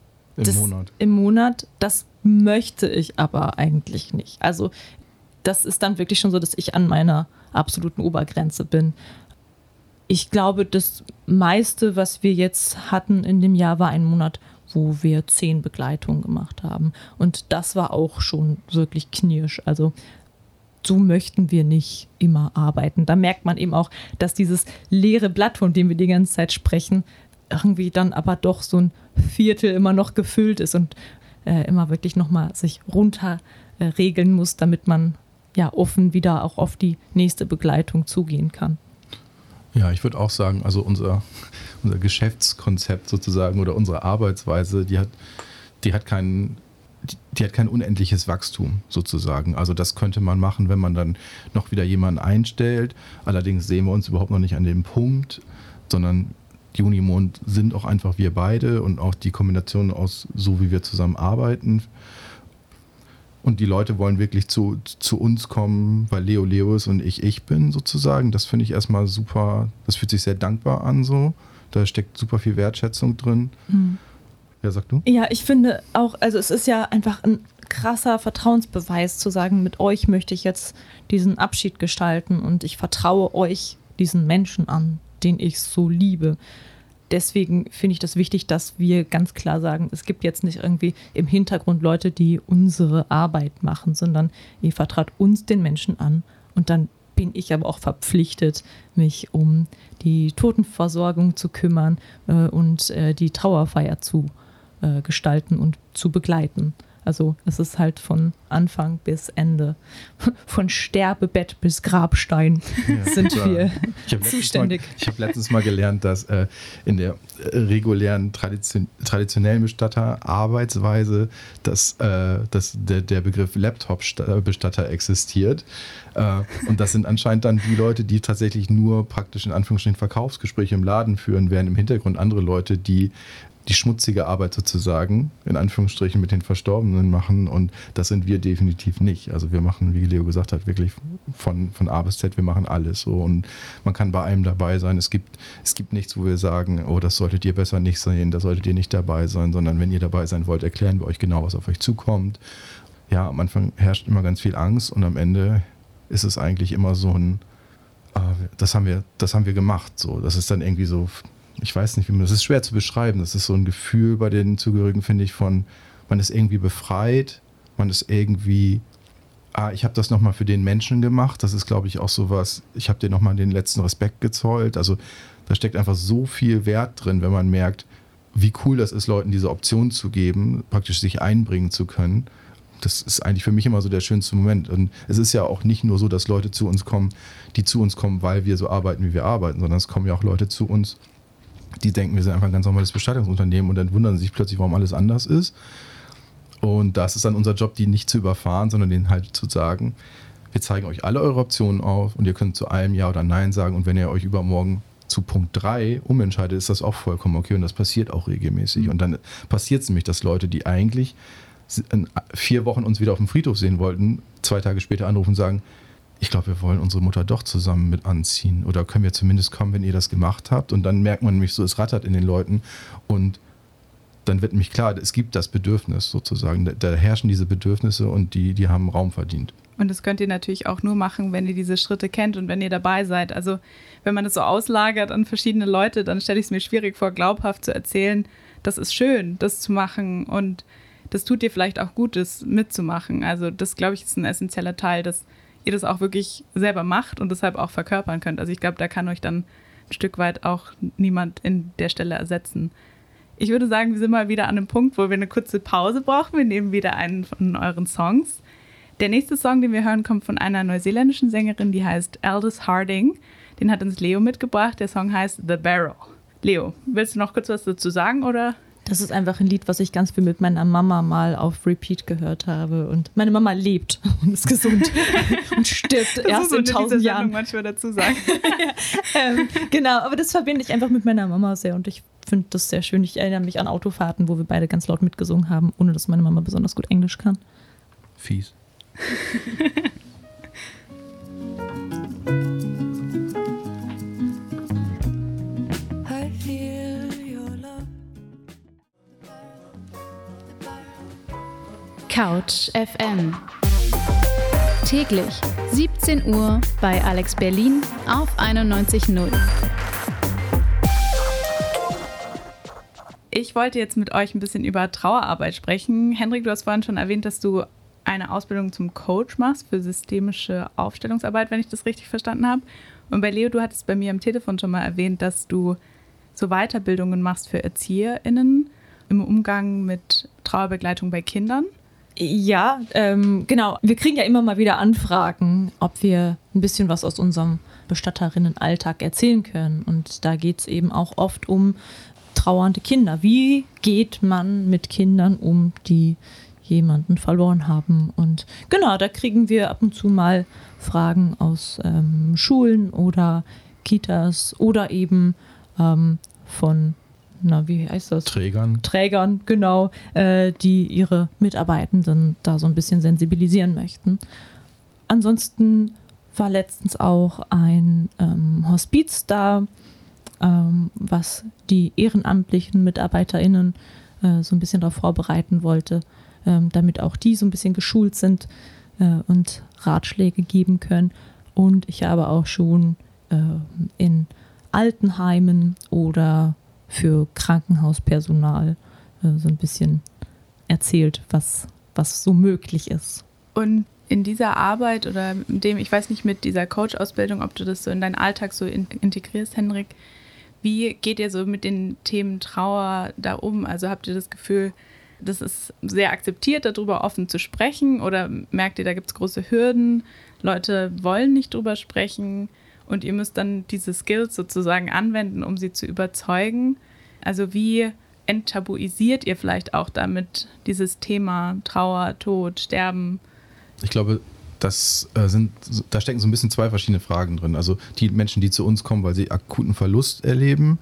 im Monat. Das möchte ich aber eigentlich nicht. Also das ist dann wirklich schon so, dass ich an meiner absoluten Obergrenze bin. Ich glaube, das meiste, was wir jetzt hatten in dem Jahr, war ein Monat, wo wir 10 Begleitungen gemacht haben. Und das war auch schon wirklich knirsch. Also so möchten wir nicht immer arbeiten. Da merkt man eben auch, dass dieses leere Blatt, von dem wir die ganze Zeit sprechen, irgendwie dann aber doch so ein Viertel immer noch gefüllt ist und immer wirklich nochmal sich runterregeln muss, damit man ja offen wieder auch auf die nächste Begleitung zugehen kann. Ja, ich würde auch sagen, also unser Geschäftskonzept sozusagen oder unsere Arbeitsweise, die hat kein unendliches Wachstum sozusagen. Also das könnte man machen, wenn man dann noch wieder jemanden einstellt. Allerdings sehen wir uns überhaupt noch nicht an dem Punkt, sondern Juni und Mond sind auch einfach wir beide und auch die Kombination aus so, wie wir zusammen arbeiten. Und die Leute wollen wirklich zu uns kommen, weil Leo ist und ich bin sozusagen. Das finde ich erstmal super, das fühlt sich sehr dankbar an so. Da steckt super viel Wertschätzung drin. Mhm. Ja, sag du? Ja, ich finde auch, also es ist ja einfach ein krasser Vertrauensbeweis zu sagen, mit euch möchte ich jetzt diesen Abschied gestalten und ich vertraue euch, diesen Menschen an, den ich so liebe. deswegen finde ich das wichtig, dass wir ganz klar sagen, es gibt jetzt nicht irgendwie im Hintergrund Leute, die unsere Arbeit machen, sondern ihr vertraut uns, den Menschen, an. Und dann bin ich aber auch verpflichtet, mich um die Totenversorgung zu kümmern und die Trauerfeier zu gestalten und zu begleiten. Also es ist halt von Anfang bis Ende, von Sterbebett bis Grabstein sind wir zuständig. Ich habe letztens mal gelernt, dass in der regulären traditionellen Bestatterarbeitsweise dass der Begriff Laptop-Bestatter existiert. Und das sind anscheinend dann die Leute, die tatsächlich nur praktisch in Anführungsstrichen Verkaufsgespräche im Laden führen, während im Hintergrund andere Leute, die schmutzige Arbeit sozusagen, in Anführungsstrichen, mit den Verstorbenen machen, und das sind wir definitiv nicht. Also wir machen, wie Leo gesagt hat, wirklich von A bis Z, wir machen alles so, und man kann bei allem dabei sein. Es gibt nichts, wo wir sagen, oh, das solltet ihr besser nicht sehen, da solltet ihr nicht dabei sein, sondern wenn ihr dabei sein wollt, erklären wir euch genau, was auf euch zukommt. Ja, am Anfang herrscht immer ganz viel Angst und am Ende ist es eigentlich immer so ein, das haben wir gemacht. So. Das ist dann irgendwie so, ich weiß nicht, das ist schwer zu beschreiben. Das ist so ein Gefühl bei den Zugehörigen, finde ich, von, man ist irgendwie befreit, man ist irgendwie, ich habe das nochmal für den Menschen gemacht. Das ist, glaube ich, auch sowas, ich habe dir nochmal den letzten Respekt gezollt. Also da steckt einfach so viel Wert drin, wenn man merkt, wie cool das ist, Leuten diese Option zu geben, praktisch sich einbringen zu können. Das ist eigentlich für mich immer so der schönste Moment. Und es ist ja auch nicht nur so, dass Leute zu uns kommen, weil wir so arbeiten, wie wir arbeiten, sondern es kommen ja auch Leute zu uns, die denken, wir sind einfach ein ganz normales Bestattungsunternehmen, und dann wundern sie sich plötzlich, warum alles anders ist. Und das ist dann unser Job, die nicht zu überfahren, sondern denen halt zu sagen, wir zeigen euch alle eure Optionen auf und ihr könnt zu allem Ja oder Nein sagen, und wenn ihr euch übermorgen zu Punkt 3 umentscheidet, ist das auch vollkommen okay, und das passiert auch regelmäßig. Und dann passiert es nämlich, dass Leute, die eigentlich in 4 Wochen uns wieder auf dem Friedhof sehen wollten, 2 Tage später anrufen und sagen, ich glaube, wir wollen unsere Mutter doch zusammen mit anziehen. Oder können wir zumindest kommen, wenn ihr das gemacht habt? Und dann merkt man nämlich so, es rattert in den Leuten. Und dann wird nämlich klar, es gibt das Bedürfnis sozusagen. Da herrschen diese Bedürfnisse, und die haben Raum verdient. Und das könnt ihr natürlich auch nur machen, wenn ihr diese Schritte kennt und wenn ihr dabei seid. Also wenn man das so auslagert an verschiedene Leute, dann stelle ich es mir schwierig vor, glaubhaft zu erzählen, das ist schön, das zu machen, und das tut dir vielleicht auch gut, das mitzumachen. Also das, glaube ich, ist ein essentieller Teil, dass ihr das auch wirklich selber macht und deshalb auch verkörpern könnt. Also ich glaube, da kann euch dann ein Stück weit auch niemand in der Stelle ersetzen. Ich würde sagen, wir sind mal wieder an einem Punkt, wo wir eine kurze Pause brauchen. Wir nehmen wieder einen von euren Songs. Der nächste Song, den wir hören, kommt von einer neuseeländischen Sängerin, die heißt Aldous Harding. Den hat uns Leo mitgebracht. Der Song heißt The Barrel. Leo, willst du noch kurz was dazu sagen, oder? Das ist einfach ein Lied, was ich ganz viel mit meiner Mama mal auf Repeat gehört habe. Und meine Mama lebt und ist gesund und stirbt erst in 1000 Jahren. Manchmal dazu sagen. Genau, aber das verbinde ich einfach mit meiner Mama sehr, und ich finde das sehr schön. Ich erinnere mich an Autofahrten, wo wir beide ganz laut mitgesungen haben, ohne dass meine Mama besonders gut Englisch kann. Fies. Couch FM. Täglich 17 Uhr bei Alex Berlin auf 91.0. Ich wollte jetzt mit euch ein bisschen über Trauerarbeit sprechen. Hendrik, du hast vorhin schon erwähnt, dass du eine Ausbildung zum Coach machst für systemische Aufstellungsarbeit, wenn ich das richtig verstanden habe. Und bei Leo, du hattest bei mir am Telefon schon mal erwähnt, dass du so Weiterbildungen machst für ErzieherInnen im Umgang mit Trauerbegleitung bei Kindern. Ja, genau. Wir kriegen ja immer mal wieder Anfragen, ob wir ein bisschen was aus unserem Bestatterinnenalltag erzählen können. Und da geht es eben auch oft um trauernde Kinder. Wie geht man mit Kindern um, die jemanden verloren haben? Und genau, da kriegen wir ab und zu mal Fragen aus Schulen oder Kitas oder eben von, wie heißt das? Trägern, genau, die ihre Mitarbeitenden da so ein bisschen sensibilisieren möchten. Ansonsten war letztens auch ein Hospiz da, was die ehrenamtlichen MitarbeiterInnen so ein bisschen darauf vorbereiten wollte, damit auch die so ein bisschen geschult sind und Ratschläge geben können. Und ich habe auch schon in Altenheimen oder für Krankenhauspersonal so ein bisschen erzählt, was so möglich ist. Und in dieser Arbeit oder ich weiß nicht, mit dieser Coach-Ausbildung, ob du das so in deinen Alltag so integrierst, Henrik, wie geht ihr so mit den Themen Trauer da um? Also habt ihr das Gefühl, das ist sehr akzeptiert, darüber offen zu sprechen, oder merkt ihr, da gibt es große Hürden, Leute wollen nicht drüber sprechen und ihr müsst dann diese Skills sozusagen anwenden, um sie zu überzeugen? Also wie enttabuisiert ihr vielleicht auch damit dieses Thema Trauer, Tod, Sterben? Ich glaube, da stecken so ein bisschen zwei verschiedene Fragen drin. Also die Menschen, die zu uns kommen, weil sie akuten Verlust erlebe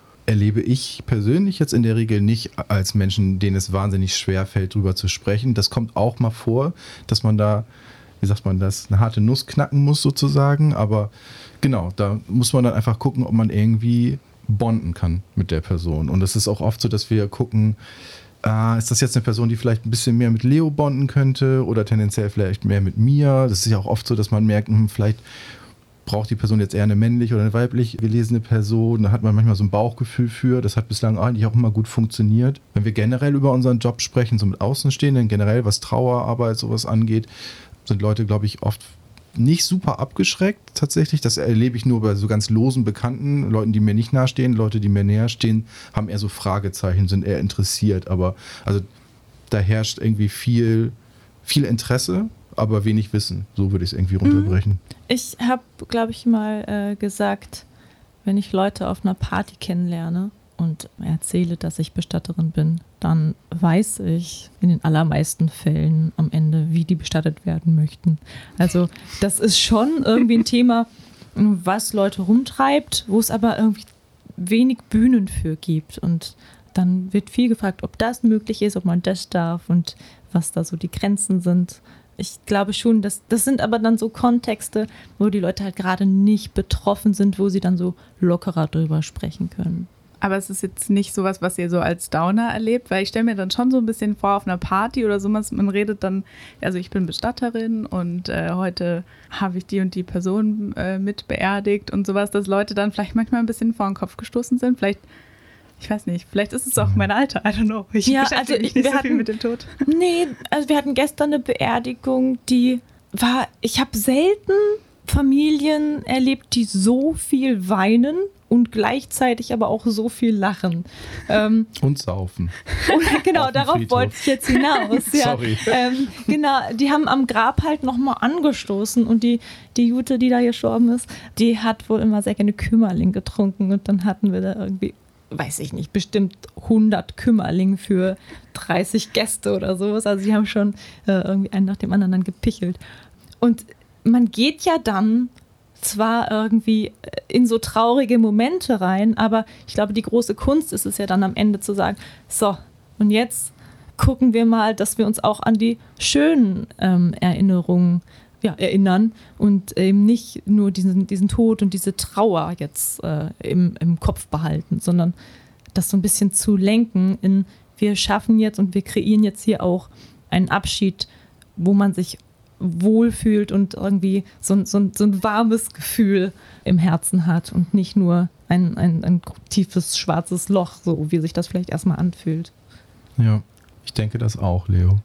ich persönlich jetzt in der Regel nicht als Menschen, denen es wahnsinnig schwer fällt, drüber zu sprechen. Das kommt auch mal vor, dass man da, wie sagt man das, eine harte Nuss knacken muss sozusagen. Aber genau, da muss man dann einfach gucken, ob man irgendwie bonden kann mit der Person. Und es ist auch oft so, dass wir gucken, ist das jetzt eine Person, die vielleicht ein bisschen mehr mit Leo bonden könnte oder tendenziell vielleicht mehr mit mir? Das ist ja auch oft so, dass man merkt, vielleicht braucht die Person jetzt eher eine männlich oder eine weiblich gelesene Person. Da hat man manchmal so ein Bauchgefühl für. Das hat bislang eigentlich auch immer gut funktioniert. Wenn wir generell über unseren Job sprechen, so mit Außenstehenden, generell was Trauerarbeit, sowas angeht, sind Leute, glaube ich, oft nicht super abgeschreckt tatsächlich. Das erlebe ich nur bei so ganz losen Bekannten. Leuten, die mir nicht nahestehen, Leute, die mir näher stehen, haben eher so Fragezeichen, sind eher interessiert. Aber also da herrscht irgendwie viel Interesse, aber wenig Wissen. So würde ich es irgendwie runterbrechen. Ich habe, glaube ich, mal gesagt, wenn ich Leute auf einer Party kennenlerne und erzähle, dass ich Bestatterin bin, dann weiß ich in den allermeisten Fällen am Ende, wie die bestattet werden möchten. Also das ist schon irgendwie ein Thema, was Leute rumtreibt, wo es aber irgendwie wenig Bühnen für gibt. Und dann wird viel gefragt, ob das möglich ist, ob man das darf und was da so die Grenzen sind. Ich glaube schon, das sind aber dann so Kontexte, wo die Leute halt gerade nicht betroffen sind, wo sie dann so lockerer drüber sprechen können. Aber es ist jetzt nicht sowas, was ihr so als Downer erlebt, weil ich stelle mir dann schon so ein bisschen vor, auf einer Party oder so, man redet dann, also ich bin Bestatterin und heute habe ich die und die Person mit beerdigt und sowas, dass Leute dann vielleicht manchmal ein bisschen vor den Kopf gestoßen sind, vielleicht, ich weiß nicht, vielleicht ist es auch mein Alter, I don't know. Ich beschäftige mich nicht so viel mit dem Tod. Nee, also wir hatten gestern eine Beerdigung, ich habe selten Familien erlebt, die so viel weinen und gleichzeitig aber auch so viel lachen. Und saufen. Genau, darauf wollte ich jetzt hinaus. Ja. Sorry. Genau, die haben am Grab halt nochmal angestoßen und die Jute, die da gestorben ist, die hat wohl immer sehr gerne Kümmerling getrunken und dann hatten wir da irgendwie, weiß ich nicht, bestimmt 100 Kümmerling für 30 Gäste oder sowas. Also die haben schon irgendwie einen nach dem anderen dann gepichelt. Und man geht ja dann zwar irgendwie in so traurige Momente rein, aber ich glaube, die große Kunst ist es ja dann am Ende zu sagen, so, und jetzt gucken wir mal, dass wir uns auch an die schönen Erinnerungen erinnern und eben nicht nur diesen Tod und diese Trauer jetzt im Kopf behalten, sondern das so ein bisschen zu lenken in, wir schaffen jetzt und wir kreieren jetzt hier auch einen Abschied, wo man sich wohlfühlt und irgendwie so ein warmes Gefühl im Herzen hat und nicht nur ein tiefes, schwarzes Loch, so wie sich das vielleicht erstmal anfühlt. Ja, ich denke das auch, Leo.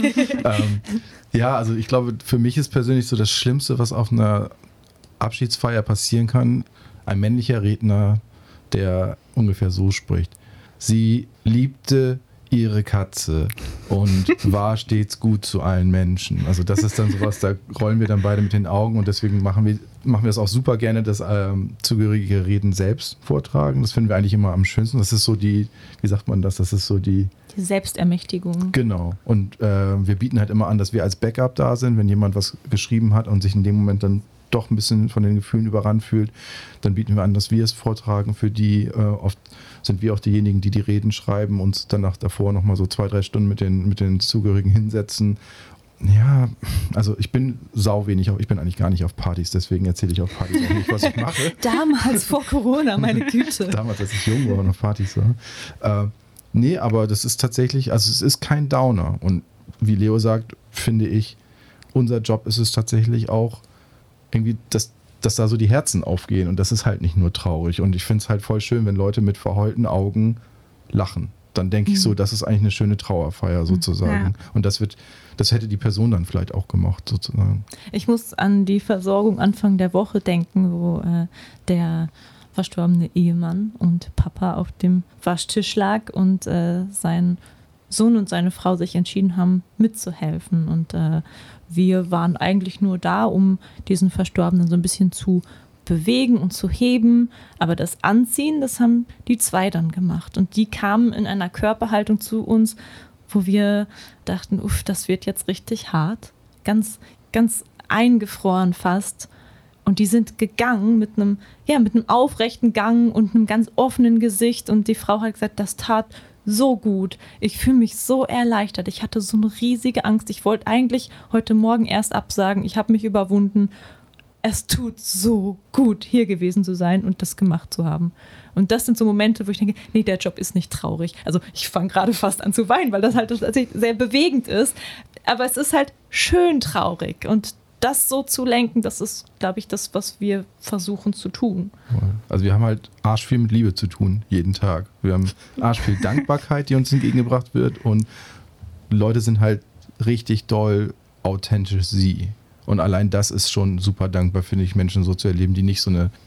Ja, also ich glaube, für mich ist persönlich so das Schlimmste, was auf einer Abschiedsfeier passieren kann, ein männlicher Redner, der ungefähr so spricht. Sie liebte ihre Katze und war stets gut zu allen Menschen. Also das ist dann sowas, da rollen wir dann beide mit den Augen und deswegen machen wir das auch super gerne, das zugehörige Reden selbst vortragen. Das finden wir eigentlich immer am schönsten. Das ist so die, wie sagt man das? Das ist so die Selbstermächtigung. Genau. Und wir bieten halt immer an, dass wir als Backup da sind, wenn jemand was geschrieben hat und sich in dem Moment dann doch ein bisschen von den Gefühlen überrannt fühlt, dann bieten wir an, dass wir es vortragen. Für die oft sind wir auch diejenigen, die die Reden schreiben, uns danach davor nochmal so 2-3 Stunden mit den Zugehörigen hinsetzen. Ja, also ich bin ich bin eigentlich gar nicht auf Partys, deswegen erzähle ich auf Partys auch nicht, was ich mache. Damals vor Corona, meine Güte. Damals, als ich jung war und auf Partys war. Nee, aber das ist tatsächlich, also es ist kein Downer. Und wie Leo sagt, finde ich, unser Job ist es tatsächlich auch, irgendwie das dass da so die Herzen aufgehen und das ist halt nicht nur traurig. Und ich finde es halt voll schön, wenn Leute mit verheulten Augen lachen. Dann denke ich so, das ist eigentlich eine schöne Trauerfeier sozusagen. Ja. Und das hätte die Person dann vielleicht auch gemacht sozusagen. Ich muss an die Versorgung Anfang der Woche denken, wo der verstorbene Ehemann und Papa auf dem Waschtisch lag und sein Sohn und seine Frau sich entschieden haben, mitzuhelfen. Und wir waren eigentlich nur da, um diesen Verstorbenen so ein bisschen zu bewegen und zu heben. Aber das Anziehen, das haben die zwei dann gemacht. Und die kamen in einer Körperhaltung zu uns, wo wir dachten, das wird jetzt richtig hart. Ganz, ganz eingefroren fast. Und die sind gegangen mit einem aufrechten Gang und einem ganz offenen Gesicht. Und die Frau hat gesagt, das tat so gut. Ich fühle mich so erleichtert. Ich hatte so eine riesige Angst. Ich wollte eigentlich heute Morgen erst absagen. Ich habe mich überwunden. Es tut so gut, hier gewesen zu sein und das gemacht zu haben. Und das sind so Momente, wo ich denke, nee, der Job ist nicht traurig. Also ich fange gerade fast an zu weinen, weil das halt sehr bewegend ist. Aber es ist halt schön traurig. Und das so zu lenken, das ist, glaube ich, das, was wir versuchen zu tun. Also wir haben halt arschviel mit Liebe zu tun, jeden Tag. Wir haben arschviel Dankbarkeit, die uns entgegengebracht wird und Leute sind halt richtig doll authentisch sie. Und allein das ist schon super dankbar, finde ich, Menschen so zu erleben, die nicht so eine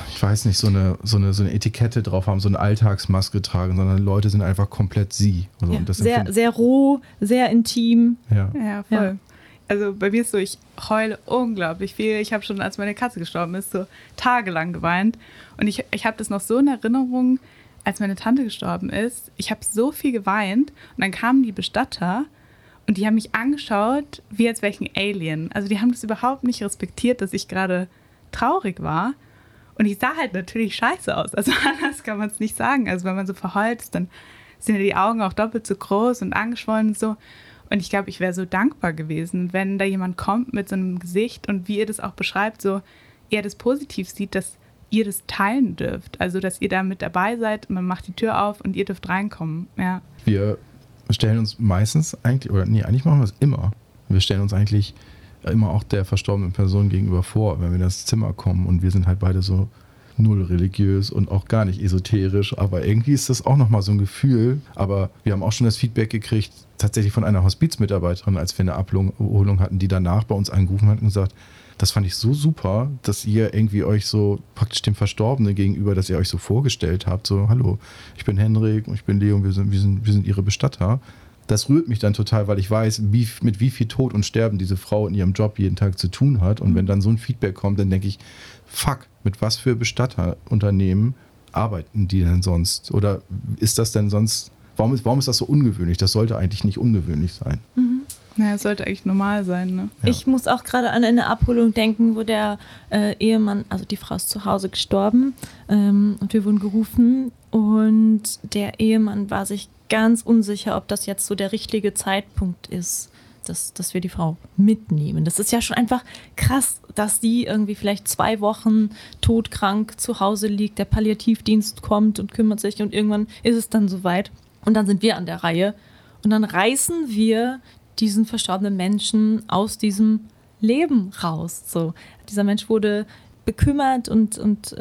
Etikette drauf haben, so eine Alltagsmaske tragen, sondern Leute sind einfach komplett sie. Also, ja, und das sehr roh, sehr intim. Ja, voll. Ja. Also bei mir ist so, ich heule unglaublich viel. Ich habe schon, als meine Katze gestorben ist, so tagelang geweint. Und ich habe das noch so in Erinnerung, als meine Tante gestorben ist. Ich habe so viel geweint und dann kamen die Bestatter und die haben mich angeschaut, wie als wäre ich ein Alien. Also die haben das überhaupt nicht respektiert, dass ich gerade traurig war. Und ich sah halt natürlich scheiße aus. Also anders kann man es nicht sagen. Also wenn man so verheult ist, dann sind ja die Augen auch doppelt so groß und angeschwollen und so. Und ich glaube, ich wäre so dankbar gewesen, wenn da jemand kommt mit so einem Gesicht und wie ihr das auch beschreibt, so eher das positiv sieht, dass ihr das teilen dürft. Also, dass ihr da mit dabei seid, man macht die Tür auf und ihr dürft reinkommen. Ja. Wir stellen uns meistens eigentlich, oder nee, eigentlich machen wir es immer. Wir stellen uns eigentlich immer auch der verstorbenen Person gegenüber vor, wenn wir in das Zimmer kommen und wir sind halt beide so null religiös und auch gar nicht esoterisch, aber irgendwie ist das auch nochmal so ein Gefühl, aber wir haben auch schon das Feedback gekriegt, tatsächlich von einer Hospizmitarbeiterin, als wir eine Abholung hatten, die danach bei uns angerufen hat und gesagt, das fand ich so super, dass ihr irgendwie euch so praktisch dem Verstorbenen gegenüber, dass ihr euch so vorgestellt habt, so, hallo, ich bin Henrik und ich bin Leo und wir sind ihre Bestatter. Das rührt mich dann total, weil ich weiß, mit wie viel Tod und Sterben diese Frau in ihrem Job jeden Tag zu tun hat. Und wenn dann so ein Feedback kommt, dann denke ich, fuck, mit was für Bestatterunternehmen arbeiten die denn sonst? Oder ist das denn sonst, warum ist das so ungewöhnlich? Das sollte eigentlich nicht ungewöhnlich sein. Mhm. Naja, es sollte eigentlich normal sein, ne? Ja. Ich muss auch gerade an eine Abholung denken, wo der Ehemann, also die Frau ist zu Hause gestorben und wir wurden gerufen und der Ehemann war sich ganz unsicher, ob das jetzt so der richtige Zeitpunkt ist, dass wir die Frau mitnehmen. Das ist ja schon einfach krass, dass die irgendwie vielleicht 2 Wochen todkrank zu Hause liegt, der Palliativdienst kommt und kümmert sich und irgendwann ist es dann soweit und dann sind wir an der Reihe und dann reißen wir diesen verstorbenen Menschen aus diesem Leben raus. So, dieser Mensch wurde bekümmert und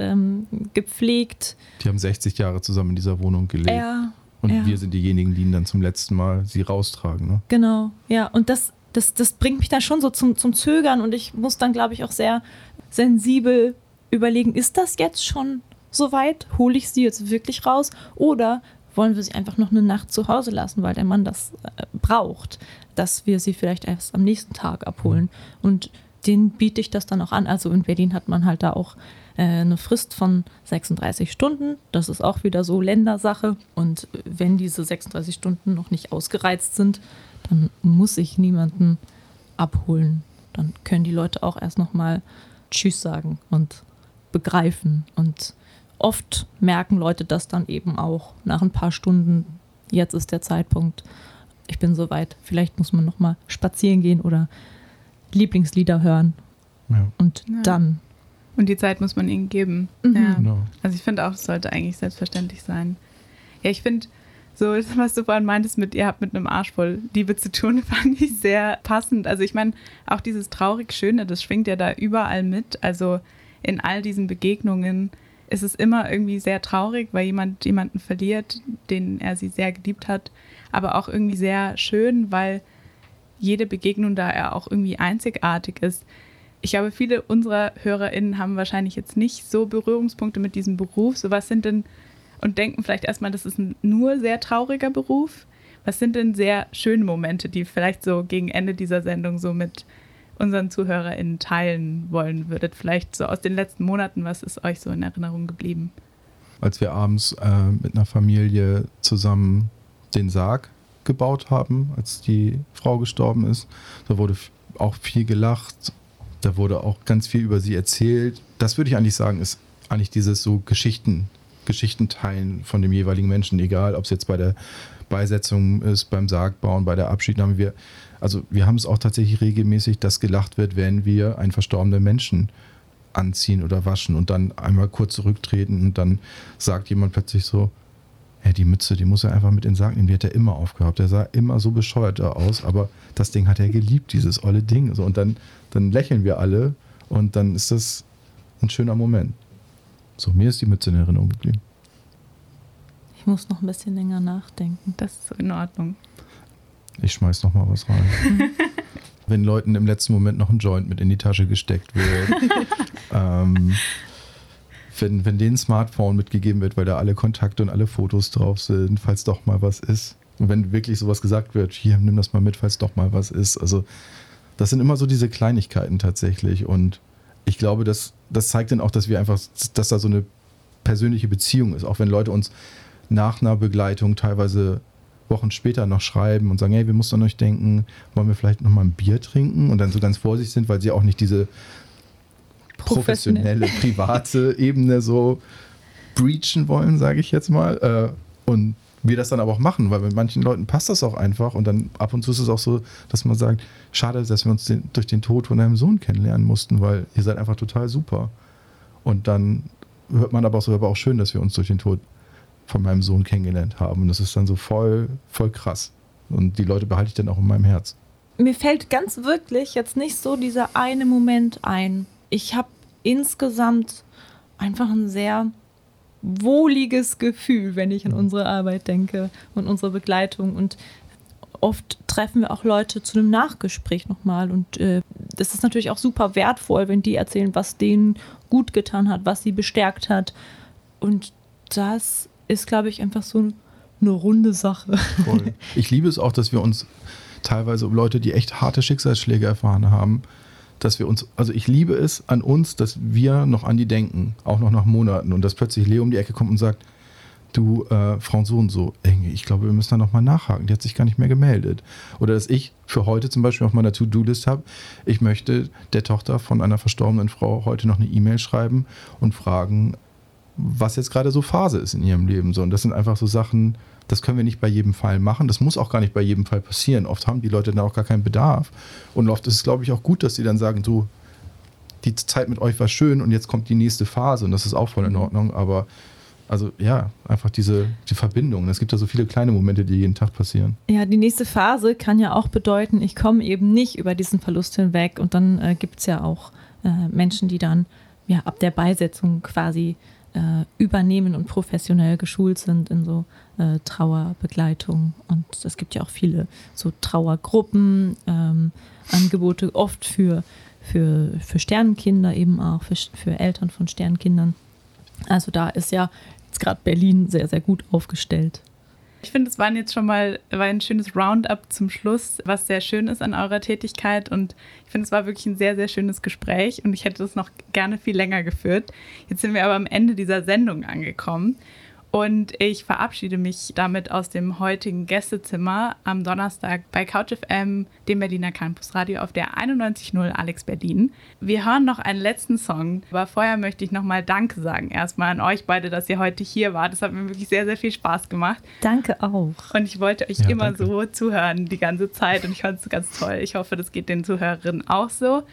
gepflegt. Die haben 60 Jahre zusammen in dieser Wohnung gelebt. Und wir sind diejenigen, die ihn dann zum letzten Mal sie raustragen. Ne? Genau, ja. Und das bringt mich dann schon so zum Zögern und ich muss dann, glaube ich, auch sehr sensibel überlegen, ist das jetzt schon soweit? Hole ich sie jetzt wirklich raus? Oder wollen wir sie einfach noch eine Nacht zu Hause lassen, weil der Mann das braucht, dass wir sie vielleicht erst am nächsten Tag abholen. Und denen biete ich das dann auch an. Also in Berlin hat man halt da auch eine Frist von 36 Stunden. Das ist auch wieder so Ländersache. Und wenn diese 36 Stunden noch nicht ausgereizt sind, dann muss ich niemanden abholen. Dann können die Leute auch erst noch mal Tschüss sagen und begreifen. Und oft merken Leute das dann eben auch nach ein paar Stunden. Jetzt ist der Zeitpunkt. Ich bin soweit. Vielleicht muss man noch mal spazieren gehen oder Lieblingslieder hören. Ja. Und dann. Und die Zeit muss man ihnen geben. Mhm. Ja. Genau. Also ich finde auch, es sollte eigentlich selbstverständlich sein. Ja, ich finde, so, was du vorhin meintest, ihr habt mit einem Arsch voll Liebe zu tun, fand ich sehr passend. Also ich meine, auch dieses traurig Schöne, das schwingt ja da überall mit. Also in all diesen Begegnungen ist es immer irgendwie sehr traurig, weil jemand jemanden verliert, den er sie sehr geliebt hat, aber auch irgendwie sehr schön, weil jede Begegnung da er auch irgendwie einzigartig ist. Ich glaube, viele unserer HörerInnen haben wahrscheinlich jetzt nicht so Berührungspunkte mit diesem Beruf. So, was sind denn, und denken vielleicht erstmal, das ist ein nur sehr trauriger Beruf. Was sind denn sehr schöne Momente, die vielleicht so gegen Ende dieser Sendung so mit unseren ZuhörerInnen teilen wollen würdet? Vielleicht so aus den letzten Monaten, was ist euch so in Erinnerung geblieben? Als wir abends mit einer Familie zusammen den Sarg gebaut haben, als die Frau gestorben ist, da wurde auch viel gelacht, da wurde auch ganz viel über sie erzählt. Das würde ich eigentlich sagen, ist eigentlich dieses so Geschichten teilen von dem jeweiligen Menschen, egal ob es jetzt bei der Beisetzung ist, beim Sargbauen, bei der Abschiednahme. Wir haben es auch tatsächlich regelmäßig, dass gelacht wird, wenn wir einen verstorbenen Menschen anziehen oder waschen und dann einmal kurz zurücktreten und dann sagt jemand plötzlich so, ja, die Mütze, die muss er einfach mit in den Sarg nehmen, die hat er immer aufgehabt. Der sah immer so bescheuert aus, aber das Ding hat er geliebt, dieses olle Ding. So, und dann lächeln wir alle und dann ist das ein schöner Moment. So, mir ist die Mütze in Erinnerung geblieben. Ich muss noch ein bisschen länger nachdenken. Das ist so in Ordnung. Ich schmeiß noch mal was rein. Wenn Leuten im letzten Moment noch ein Joint mit in die Tasche gesteckt wird. Wenn denen ein Smartphone mitgegeben wird, weil da alle Kontakte und alle Fotos drauf sind, falls doch mal was ist. Und wenn wirklich sowas gesagt wird, hier, nimm das mal mit, falls doch mal was ist. Also das sind immer so diese Kleinigkeiten tatsächlich. Und ich glaube, das zeigt dann auch, dass dass da so eine persönliche Beziehung ist. Auch wenn Leute uns nach einer Begleitung teilweise Wochen später noch schreiben und sagen, hey, wir mussten an euch denken, wollen wir vielleicht noch mal ein Bier trinken? Und dann so ganz vorsichtig sind, weil sie auch nicht diese professionelle, private Ebene so breachen wollen, sage ich jetzt mal. Und wir das dann aber auch machen, weil bei manchen Leuten passt das auch einfach und dann ab und zu ist es auch so, dass man sagt, schade, dass wir uns durch den Tod von deinem Sohn kennenlernen mussten, weil ihr seid einfach total super. Und dann hört man aber auch schön, dass wir uns durch den Tod von meinem Sohn kennengelernt haben und das ist dann so voll krass und die Leute behalte ich dann auch in meinem Herz. Mir fällt ganz wirklich jetzt nicht so dieser eine Moment ein. Ich habe insgesamt einfach ein sehr wohliges Gefühl, wenn ich an unsere Arbeit denke und unsere Begleitung. Und oft treffen wir auch Leute zu einem Nachgespräch nochmal. Und das ist natürlich auch super wertvoll, wenn die erzählen, was denen gut getan hat, was sie bestärkt hat. Und das ist, glaube ich, einfach so eine runde Sache. Voll. Ich liebe es auch, dass wir uns teilweise Leute, die echt harte Schicksalsschläge erfahren haben, dass wir uns, also ich liebe es an uns, dass wir noch an die denken, auch noch nach Monaten und dass plötzlich Leo um die Ecke kommt und sagt, du, Frau so und so, ich glaube, wir müssen da nochmal nachhaken, die hat sich gar nicht mehr gemeldet. Oder dass ich für heute zum Beispiel auf meiner To-Do-List habe, ich möchte der Tochter von einer verstorbenen Frau heute noch eine E-Mail schreiben und fragen, was jetzt gerade so Phase ist in ihrem Leben. So. Und das sind einfach so Sachen, das können wir nicht bei jedem Fall machen. Das muss auch gar nicht bei jedem Fall passieren. Oft haben die Leute dann auch gar keinen Bedarf. Und oft ist es, glaube ich, auch gut, dass sie dann sagen, so, die Zeit mit euch war schön und jetzt kommt die nächste Phase. Und das ist auch voll in Ordnung. Aber also ja, einfach die Verbindung. Es gibt ja so viele kleine Momente, die jeden Tag passieren. Ja, die nächste Phase kann ja auch bedeuten, ich komme eben nicht über diesen Verlust hinweg. Und dann gibt es ja auch Menschen, die dann ja ab der Beisetzung quasi übernehmen und professionell geschult sind in so Trauerbegleitung. Und es gibt ja auch viele so Trauergruppen, Angebote oft für Sternenkinder eben auch, für Eltern von Sternenkindern. Also da ist ja jetzt gerade Berlin sehr, sehr gut aufgestellt. Ich finde, es war ein schönes Roundup zum Schluss, was sehr schön ist an eurer Tätigkeit. Und ich finde, es war wirklich ein sehr, sehr schönes Gespräch und ich hätte das noch gerne viel länger geführt. Jetzt sind wir aber am Ende dieser Sendung angekommen. Und ich verabschiede mich damit aus dem heutigen Gästezimmer am Donnerstag bei Couch FM, dem Berliner Campusradio auf der 91.0 Alex Berlin. Wir hören noch einen letzten Song, aber vorher möchte ich nochmal Danke sagen erstmal an euch beide, dass ihr heute hier wart. Das hat mir wirklich sehr, sehr viel Spaß gemacht. Danke auch. Und ich wollte euch immer so zuhören die ganze Zeit und ich fand es ganz toll. Ich hoffe, das geht den Zuhörerinnen auch so.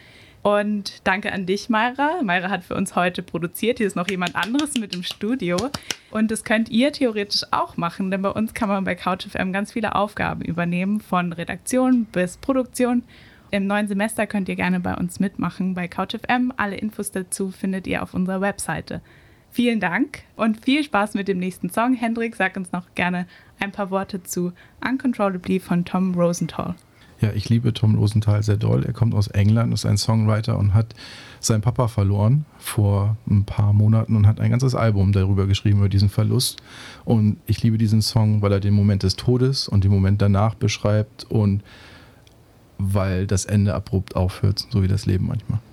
Und danke an dich, Mayra. Mayra hat für uns heute produziert. Hier ist noch jemand anderes mit im Studio. Und das könnt ihr theoretisch auch machen, denn bei uns kann man bei Couch FM ganz viele Aufgaben übernehmen, von Redaktion bis Produktion. Im neuen Semester könnt ihr gerne bei uns mitmachen bei Couch FM. Alle Infos dazu findet ihr auf unserer Webseite. Vielen Dank und viel Spaß mit dem nächsten Song. Hendrik, sag uns noch gerne ein paar Worte zu Uncontrollably von Tom Rosenthal. Ja, ich liebe Tom Rosenthal sehr doll. Er kommt aus England, ist ein Songwriter und hat seinen Papa verloren vor ein paar Monaten und hat ein ganzes Album darüber geschrieben, über diesen Verlust. Und ich liebe diesen Song, weil er den Moment des Todes und den Moment danach beschreibt und weil das Ende abrupt aufhört, so wie das Leben manchmal.